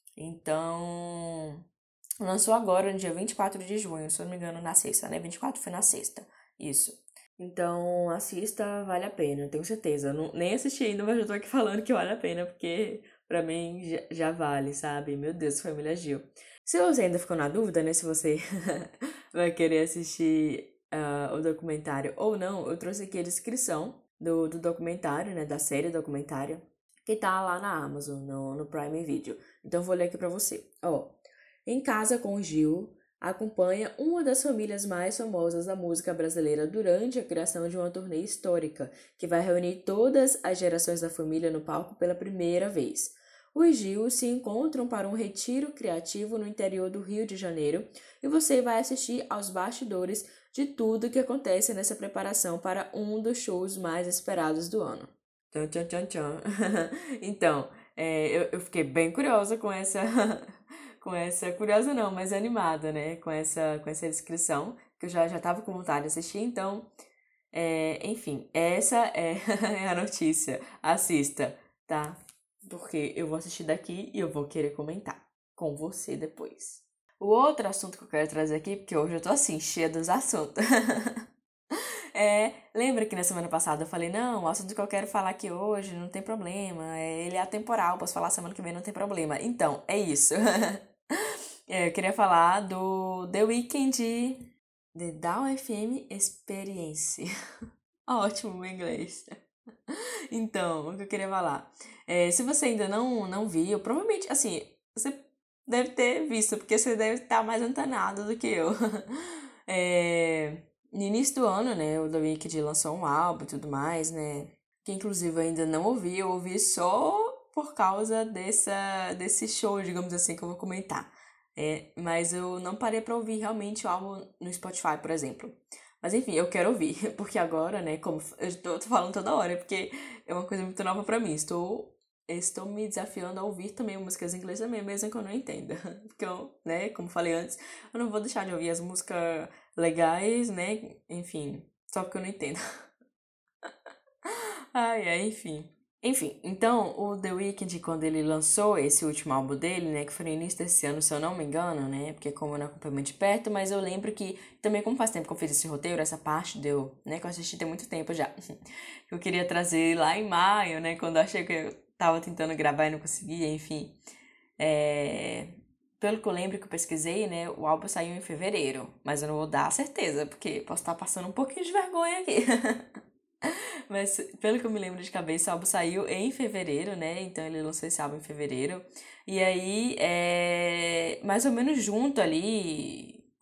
Então, lançou agora, no dia vinte e quatro de junho, se eu não me engano, na sexta, né? vinte e quatro foi na sexta, isso. Então, assista, vale a pena, tenho certeza. Eu não, nem assisti ainda, mas eu tô aqui falando que vale a pena, porque pra mim já, já vale, sabe? Meu Deus, família Gil. Se você ainda ficou na dúvida, né, se você vai querer assistir uh, o documentário ou não, eu trouxe aqui a descrição do, do documentário, né, da série documentária, que tá lá na Amazon, no, no Prime Video. Então, eu vou ler aqui pra você. Ó, Em Casa com o Gil acompanha uma das famílias mais famosas da música brasileira durante a criação de uma turnê histórica, que vai reunir todas as gerações da família no palco pela primeira vez. Os Gil se encontram para um retiro criativo no interior do Rio de Janeiro e você vai assistir aos bastidores de tudo que acontece nessa preparação para um dos shows mais esperados do ano. Tchan, tchan, tchan, tchan. Então, é, eu, eu fiquei bem curiosa com essa... com essa, curiosa não, mas animada, né, com essa, com essa descrição, que eu já, já tava com vontade de assistir, então, é, enfim, essa é, é a notícia, assista, tá? Porque eu vou assistir daqui e eu vou querer comentar com você depois. O outro assunto que eu quero trazer aqui, porque hoje eu tô assim, cheia dos assuntos, é, lembra que na semana passada eu falei, não, o assunto que eu quero falar aqui hoje não tem problema, é, ele é atemporal, posso falar semana que vem, não tem problema. Então, é isso. É, eu queria falar do The Weeknd, The Down F M Experience. Ótimo meu inglês. Então, o que eu queria falar. É, se você ainda não, não viu, provavelmente, assim, você deve ter visto, porque você deve estar mais antenado do que eu. É, no início do ano, né, o The Weeknd lançou um álbum e tudo mais, né, que inclusive eu ainda não ouvi, eu ouvi só por causa dessa, desse show, digamos assim, que eu vou comentar. É, mas eu não parei pra ouvir realmente o álbum no Spotify, por exemplo. Mas enfim, eu quero ouvir, porque agora, né, como eu tô, tô falando toda hora, porque é uma coisa muito nova pra mim. Estou, estou me desafiando a ouvir também músicas em inglês também, mesmo que eu não entenda. Porque eu, né, como falei antes, eu não vou deixar de ouvir as músicas legais, né, enfim, só porque eu não entendo. Ai, ai, enfim. Enfim, então, o The Weeknd, quando ele lançou esse último álbum dele, né, que foi no início desse ano, se eu não me engano, né, porque como eu não acompanho muito de perto, mas eu lembro que, também como faz tempo que eu fiz esse roteiro, essa parte deu, né, que eu assisti tem muito tempo já, eu queria trazer lá em maio, né, quando eu achei que eu tava tentando gravar e não conseguia, enfim, é... Pelo que eu lembro que eu pesquisei, né, o álbum saiu em fevereiro, mas eu não vou dar a certeza, porque posso estar passando um pouquinho de vergonha aqui. Mas, pelo que eu me lembro de cabeça, o álbum saiu em fevereiro, né? Então, ele lançou esse álbum em fevereiro. E aí, é... mais ou menos junto ali,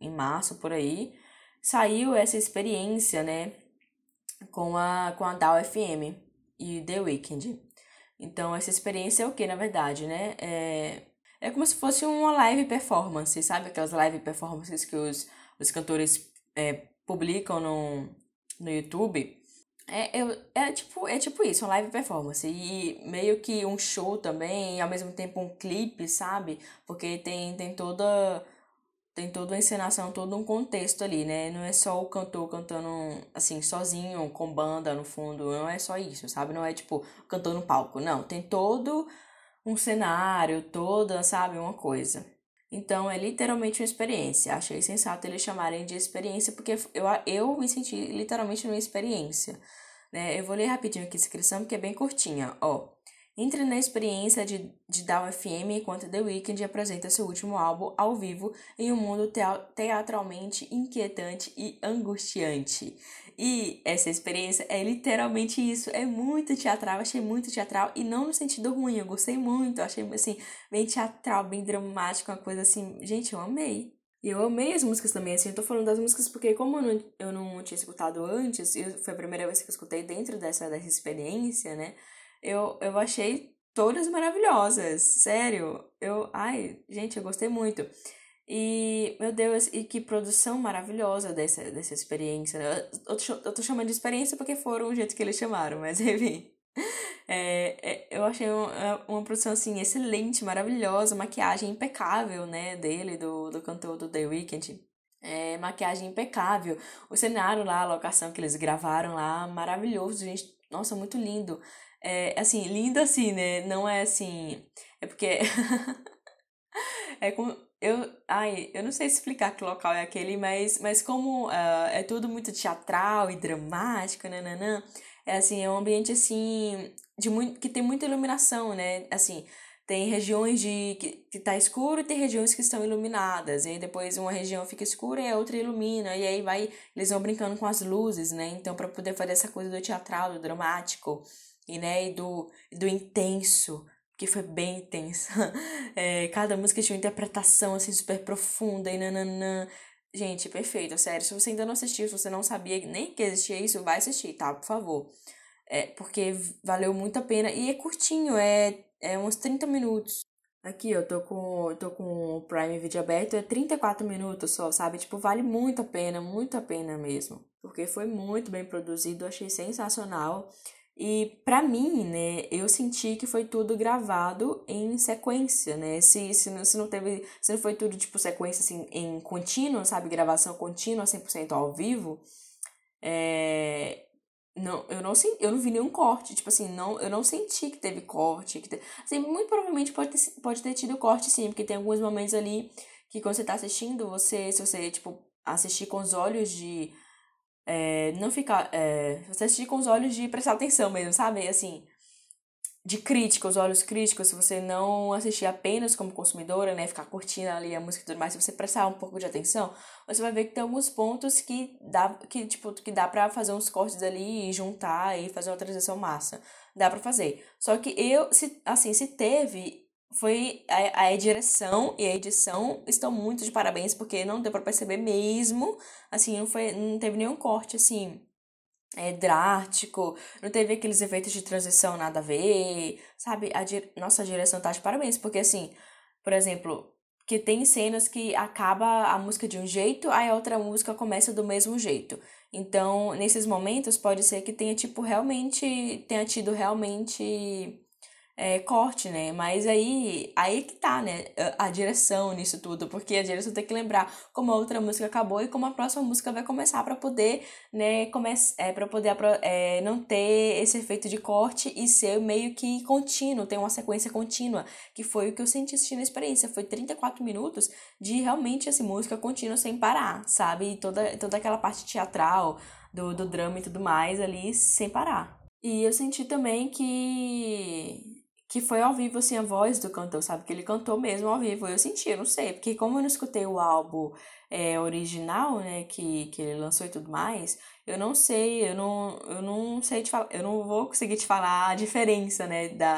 em março, por aí, saiu essa experiência, né, com a, com a D A W F M e The Weeknd. Então, essa experiência é o que, na verdade, né? É, é como se fosse uma live performance, sabe? Aquelas live performances que os, os cantores é, publicam no, no YouTube. É, é, é, tipo, é tipo isso, uma live performance. E meio que um show também, e ao mesmo tempo um clipe, sabe? Porque tem, tem toda tem toda uma encenação, todo um contexto ali, né? Não é só o cantor cantando, assim, sozinho, com banda no fundo, não é só isso, sabe? Não é, tipo, cantor no palco, não. Tem todo um cenário, toda, sabe, uma coisa. Então, é literalmente uma experiência. Achei sensato eles chamarem de experiência, porque eu, eu me senti literalmente numa experiência, né? Eu vou ler rapidinho aqui a descrição, porque é bem curtinha, ó. Entre na experiência de, de D A W F M enquanto The Weeknd apresenta seu último álbum ao vivo em um mundo teo- teatralmente inquietante e angustiante. E essa experiência é literalmente isso, é muito teatral, achei muito teatral e não no sentido ruim, eu gostei muito, achei assim, bem teatral, bem dramático, uma coisa assim, gente, eu amei. E eu amei as músicas também, assim, eu tô falando das músicas porque como eu não, eu não tinha escutado antes, e foi a primeira vez que eu escutei dentro dessa, dessa experiência, né? Eu, eu achei todas maravilhosas, sério. Eu, ai, gente, eu gostei muito. E, meu Deus, e que produção maravilhosa dessa, dessa experiência, né? Eu, tô- eu tô chamando de experiência porque foram o jeito que eles chamaram, mas enfim. É, é, eu achei uma, uma produção, assim, excelente, maravilhosa, maquiagem impecável, né, dele, do, do cantor do The Weeknd. É, maquiagem impecável. O cenário lá, a locação que eles gravaram lá, maravilhoso, gente. Nossa, muito lindo. É, assim, lindo assim, né? Não é assim. É porque. É como. Eu, ai, eu não sei explicar que local é aquele, mas, mas como ah, é tudo muito teatral e dramático, nananã, é assim, é um ambiente assim, de muito, que tem muita iluminação, né? Assim, tem regiões de que, que tá escuro e tem regiões que estão iluminadas. E aí depois uma região fica escura e a outra ilumina. E aí vai, eles vão brincando com as luzes, né? Então, para poder fazer essa coisa do teatral, do dramático, e, né, e do, do intenso que foi bem intensa. É, cada música tinha uma interpretação assim super profunda e nananã. Gente, perfeito, sério. Se você ainda não assistiu, se você não sabia nem que existia isso, vai assistir, tá? Por favor. É, porque valeu muito a pena. E é curtinho, é, é uns trinta minutos. Aqui, eu tô com, eu tô com o Prime Video aberto, é trinta e quatro minutos só, sabe? Tipo, vale muito a pena, muito a pena mesmo. Porque foi muito bem produzido, achei sensacional. E pra mim, né, eu senti que foi tudo gravado em sequência, né? Se, se, não, se não teve, se não foi tudo tipo sequência assim em contínuo, sabe? Gravação contínua, cem por cento ao vivo, é, não, eu não senti, eu não vi nenhum corte, tipo assim, não, eu não senti que teve corte, que te- assim, muito provavelmente pode ter, pode ter tido corte sim, porque tem alguns momentos ali que quando você tá assistindo, você, se você, tipo, assistir com os olhos de é, não ficar. É, você assistir com os olhos de prestar atenção mesmo, sabe? Assim, de crítica, os olhos críticos, se você não assistir apenas como consumidora, né? Ficar curtindo ali a música e tudo mais, se você prestar um pouco de atenção, você vai ver que tem alguns pontos que dá, que, tipo, que dá pra fazer uns cortes ali e juntar e fazer uma transição massa. Dá pra fazer. Só que eu, se, assim, se teve. Foi a, a direção e a edição estão muito de parabéns, porque não deu pra perceber mesmo. Assim, não foi, não teve nenhum corte, assim, é, drástico, não teve aqueles efeitos de transição nada a ver, sabe? A di- Nossa, a direção tá de parabéns, porque assim, por exemplo, que tem cenas que acaba a música de um jeito, aí a outra música começa do mesmo jeito. Então, nesses momentos, pode ser que tenha, tipo, realmente, tenha tido realmente é, corte, né? Mas aí, aí que tá, né? A, a direção nisso tudo, porque a direção tem que lembrar como a outra música acabou e como a próxima música vai começar pra poder, né, come é, para poder apro- é, não ter esse efeito de corte e ser meio que contínuo, ter uma sequência contínua, que foi o que eu senti assistindo a experiência. Foi trinta e quatro minutos de realmente essa música contínua sem parar, sabe? E toda, toda aquela parte teatral do, do drama e tudo mais ali sem parar. E eu senti também que que foi ao vivo, assim, a voz do cantor, sabe? Que ele cantou mesmo ao vivo. Eu senti, eu não sei, porque como eu não escutei o álbum é, original, né, que, que ele lançou e tudo mais, eu não sei, eu não, eu não sei te falar, eu não vou conseguir te falar a diferença, né, da,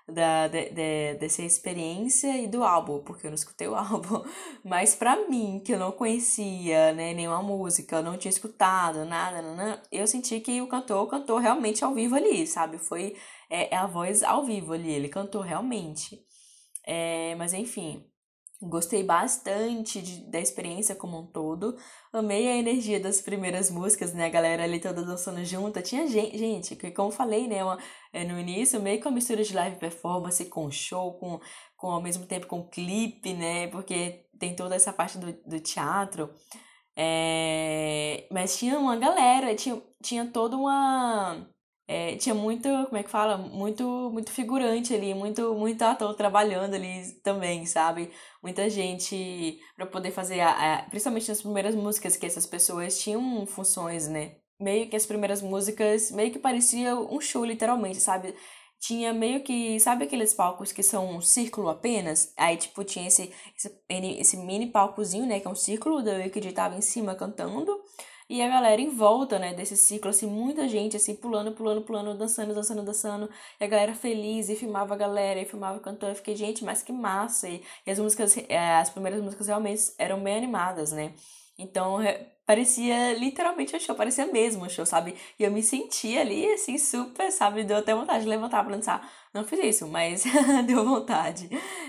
da, de, de- dessa experiência e do álbum, porque eu não escutei o álbum. Mas pra mim, que eu não conhecia, né, nenhuma música, eu não tinha escutado nada, nanã, eu senti que o cantor cantou realmente ao vivo ali, sabe? Foi é, é a voz ao vivo ali, ele cantou realmente. É, mas enfim. Gostei bastante de- da experiência como um todo. Amei a energia das primeiras músicas, né? A galera ali toda dançando junta. Tinha gente, gente, que como eu falei, né? Uma- é, no início, meio com a mistura de live performance com show, com, com ao mesmo tempo com clipe, né? Porque tem toda essa parte do, do teatro. É, mas tinha uma galera, tinha, tinha toda uma. É, tinha muito, como é que fala? Muito, muito figurante ali, muito, muito ator trabalhando ali também, sabe? Muita gente pra poder fazer, a, a- principalmente nas primeiras músicas, que essas pessoas tinham funções, né? Meio que as primeiras músicas, meio que parecia um show, literalmente, sabe? Tinha meio que, sabe aqueles palcos que são um círculo apenas? Aí, tipo, tinha esse, esse, N- esse mini palcozinho, né? Que é um círculo, da Wicked tava em cima cantando. E a galera em volta, né, desse ciclo, assim, muita gente, assim, pulando, pulando, pulando, dançando, dançando, dançando. E a galera feliz, e filmava a galera, e filmava cantando. Eu fiquei, gente, mas que massa. E, e as músicas, eh, as primeiras músicas realmente eram bem animadas, né? Então, é, parecia literalmente um show, parecia mesmo um show, sabe? E eu me sentia ali, assim, super, sabe? Deu até vontade de levantar pra dançar. Não fiz isso, mas deu vontade.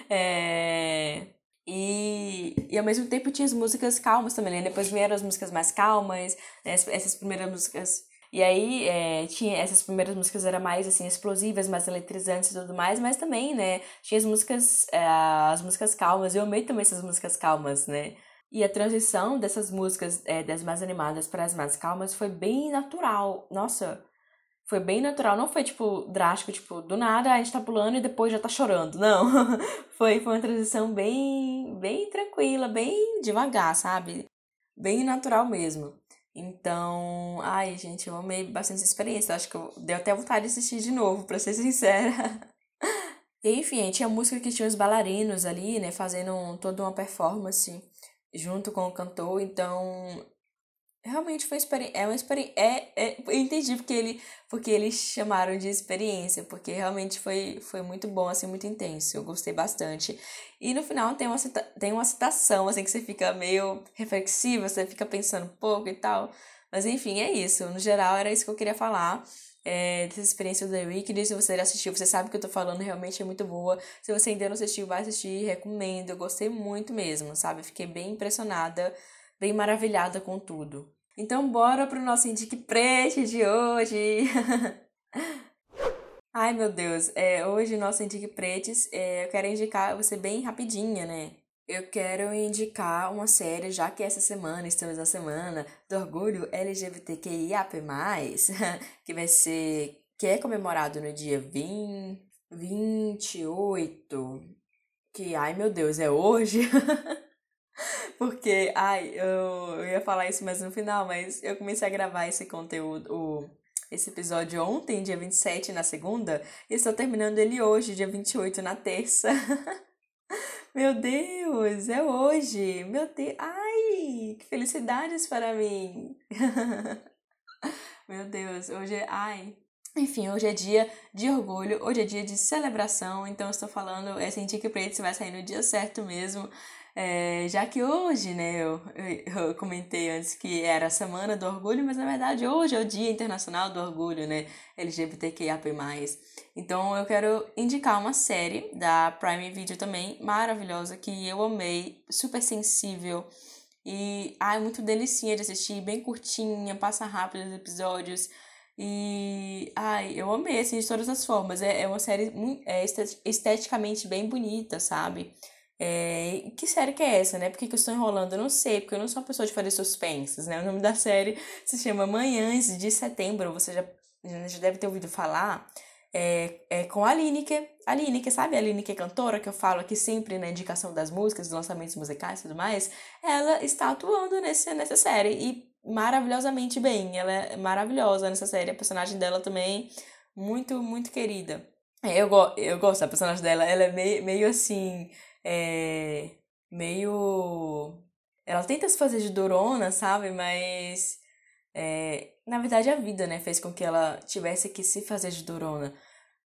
É... E, e ao mesmo tempo tinha as músicas calmas também, né? Depois vieram as músicas mais calmas, né? As- essas primeiras músicas. E aí, é, tinha essas primeiras músicas eram mais assim explosivas, mais eletrizantes e tudo mais, mas também, né, tinha as músicas, é, as músicas calmas. Eu amei também essas músicas calmas, né? E a transição dessas músicas, é, das mais animadas para as mais calmas foi bem natural. Nossa, foi bem natural, não foi, tipo, drástico, tipo, do nada a gente tá pulando e depois já tá chorando. Não. Foi, foi uma transição bem, bem tranquila, bem devagar, sabe? Bem natural mesmo. Então, ai, gente, eu amei bastante essa experiência. Eu acho que eu deu até vontade de assistir de novo, pra ser sincera. E, enfim, tinha música que tinha os bailarinos ali, né, fazendo um- toda uma performance junto com o cantor. Então, realmente foi experi é uma experiência. É, é, eu entendi porque, ele, porque eles chamaram de experiência, porque realmente foi, foi muito bom, assim, muito intenso. Eu gostei bastante. E no final tem uma, cita- tem uma citação, assim, que você fica meio reflexiva, você fica pensando um pouco e tal. Mas enfim, é isso. No geral, era isso que eu queria falar. É, dessa experiência do The Wicked. Se você já assistiu, você sabe que eu tô falando, realmente é muito boa. Se você ainda não assistiu, vai assistir, recomendo. Eu gostei muito mesmo, sabe? Fiquei bem impressionada, bem maravilhada com tudo. Então, bora pro nosso Indique Prete de hoje. Ai, meu Deus. É, hoje, nosso Indique Pretes, é, eu quero indicar você bem rapidinha, né? Eu quero indicar uma série, já que essa semana, estamos na semana do orgulho L G B T Q I A P mais, que vai ser, que é comemorado no dia vinte, vinte e oito, que, ai meu Deus, é hoje? Porque, ai, eu, eu ia falar isso mais no final, mas eu comecei a gravar esse conteúdo, o, esse episódio ontem, dia vinte e sete, na segunda, e estou terminando ele hoje, dia vinte e oito, na terça. Meu Deus, é hoje! Meu Deus, ai, que felicidades para mim! Meu Deus, hoje é, ai. Enfim, hoje é dia de orgulho, hoje é dia de celebração, então eu estou falando, esse Indique Preto vai sair no dia certo mesmo. É, já que hoje, né, eu, eu, eu comentei antes que era a Semana do Orgulho, mas na verdade hoje é o Dia Internacional do Orgulho, né, L G B T Q I A P mais. Então eu quero indicar uma série da Prime Video também, maravilhosa, que eu amei, super sensível e, ai, muito delicinha de assistir, bem curtinha, passa rápido os episódios. E, ai, eu amei, assim, de todas as formas. É, é uma série muito, é, este- esteticamente bem bonita, sabe? É, e que série que é essa, né? Por que que eu estou enrolando? Eu não sei, porque eu não sou uma pessoa de fazer suspensos, né? O nome da série se chama Manhãs de Setembro, você já, já deve ter ouvido falar. É, é com a Lineker. A Lineker, sabe a Lineker cantora que eu falo aqui sempre na indicação das músicas, dos lançamentos musicais e tudo mais? Ela está atuando nesse, nessa série e maravilhosamente bem. Ela é maravilhosa nessa série. A personagem dela também, muito, muito querida. É, Eu, go eu gosto da personagem dela. Ela é meio, meio assim. É, meio. Ela tenta se fazer de durona, sabe? Mas. É, na verdade, a vida, né, fez com que ela tivesse que se fazer de durona.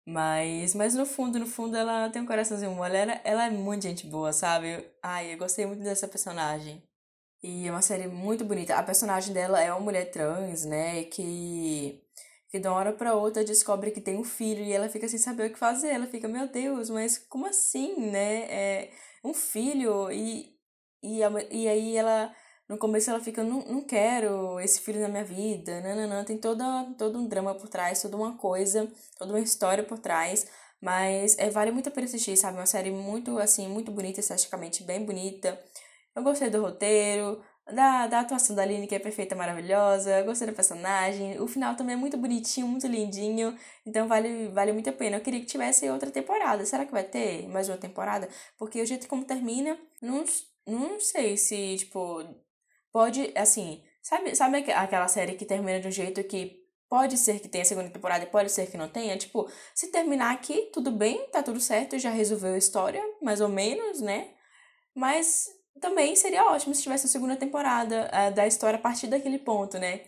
Mas, mas no fundo, no fundo, ela tem um coraçãozinho mole. Ela, ela é muito gente boa, sabe? Ai, eu gostei muito dessa personagem. E é uma série muito bonita. A personagem dela é uma mulher trans, né? Que, que de uma hora pra outra descobre que tem um filho e ela fica sem saber o que fazer. Ela fica, meu Deus, mas como assim, né? É um filho. E, e, a- e aí ela, no começo ela fica, não, não quero esse filho na minha vida. Não, não, não. Tem toda, todo um drama por trás, toda uma coisa, toda uma história por trás. Mas é, vale muito a pena assistir, sabe? Uma série muito, assim, muito bonita, esteticamente bem bonita. Eu gostei do roteiro, da, da atuação da Aline, que é perfeita, maravilhosa. Eu gostei da personagem. O final também é muito bonitinho, muito lindinho. Então vale, vale muito a pena. Eu queria que tivesse outra temporada. Será que vai ter mais uma temporada? Porque o jeito como termina, não, não sei se, tipo, pode, assim, sabe, sabe aqu- aquela série que termina de um jeito que pode ser que tenha segunda temporada e pode ser que não tenha? Tipo, se terminar aqui, tudo bem, tá tudo certo, já resolveu a história, mais ou menos, né? Mas também seria ótimo se tivesse a segunda temporada eh, da história a partir daquele ponto, né?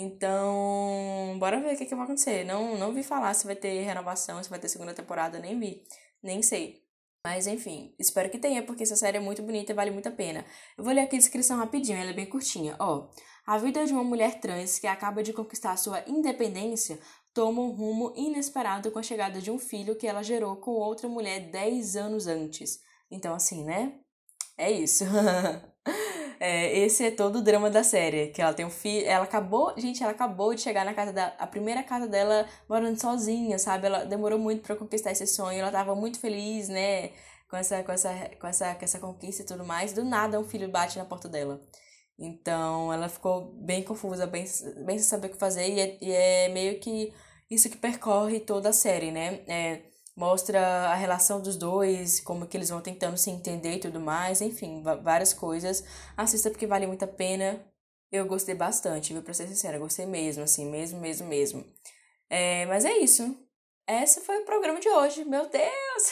Então, bora ver o que, que vai acontecer. Não, não vi falar se vai ter renovação, se vai ter segunda temporada, nem vi. Nem sei. Mas enfim, espero que tenha, porque essa série é muito bonita e vale muito a pena. Eu vou ler aqui a descrição rapidinho, ela é bem curtinha. Ó, a vida de uma mulher trans que acaba de conquistar sua independência toma um rumo inesperado com a chegada de um filho que ela gerou com outra mulher dez anos antes. Então, assim, né? É isso. É, esse é todo o drama da série. Que ela tem um filho. Ela acabou. Gente, ela acabou de chegar na casa da. A primeira casa dela morando sozinha, sabe? Ela demorou muito pra conquistar esse sonho. Ela tava muito feliz, né? Com essa, com essa, com essa, com essa conquista e tudo mais. Do nada, um filho bate na porta dela. Então, ela ficou bem confusa, bem, bem sem saber o que fazer. E é, e é meio que isso que percorre toda a série, né? É, mostra a relação dos dois, como que eles vão tentando se entender e tudo mais, enfim, várias coisas. Assista porque vale muito a pena. Eu gostei bastante, viu? Pra ser sincera, gostei mesmo, assim, mesmo, mesmo, mesmo. É, mas é isso. Esse foi o programa de hoje. Meu Deus!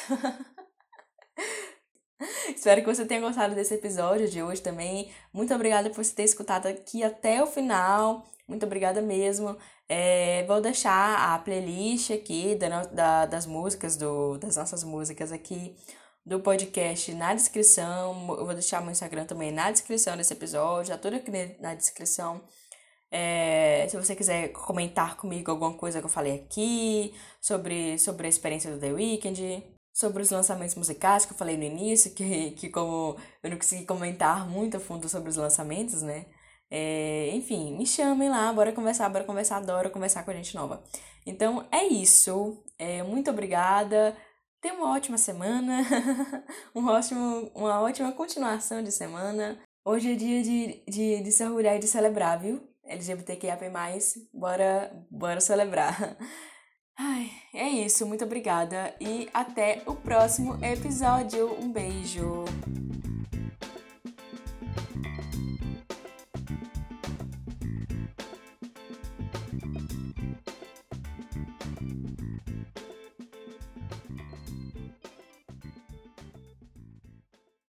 Espero que você tenha gostado desse episódio de hoje também. Muito obrigada por você ter escutado aqui até o final. Muito obrigada mesmo. É, vou deixar a playlist aqui da, da, das músicas, do, das nossas músicas aqui do podcast na descrição. Eu vou deixar meu Instagram também na descrição desse episódio. Tá tudo aqui na descrição. É, se você quiser comentar comigo alguma coisa que eu falei aqui, sobre, sobre a experiência do The Weeknd, sobre os lançamentos musicais que eu falei no início, que, que como eu não consegui comentar muito a fundo sobre os lançamentos, né? É, enfim, me chamem lá, bora conversar, bora conversar, adoro conversar com a gente nova. Então é isso, é, muito obrigada, tenha uma ótima semana, um ótimo, uma ótima continuação de semana. Hoje é dia de, de, de se orgulhar e de celebrar, viu? L G B T Q I A P mais, bora, bora celebrar. Ai, é isso, muito obrigada e até o próximo episódio. Um beijo!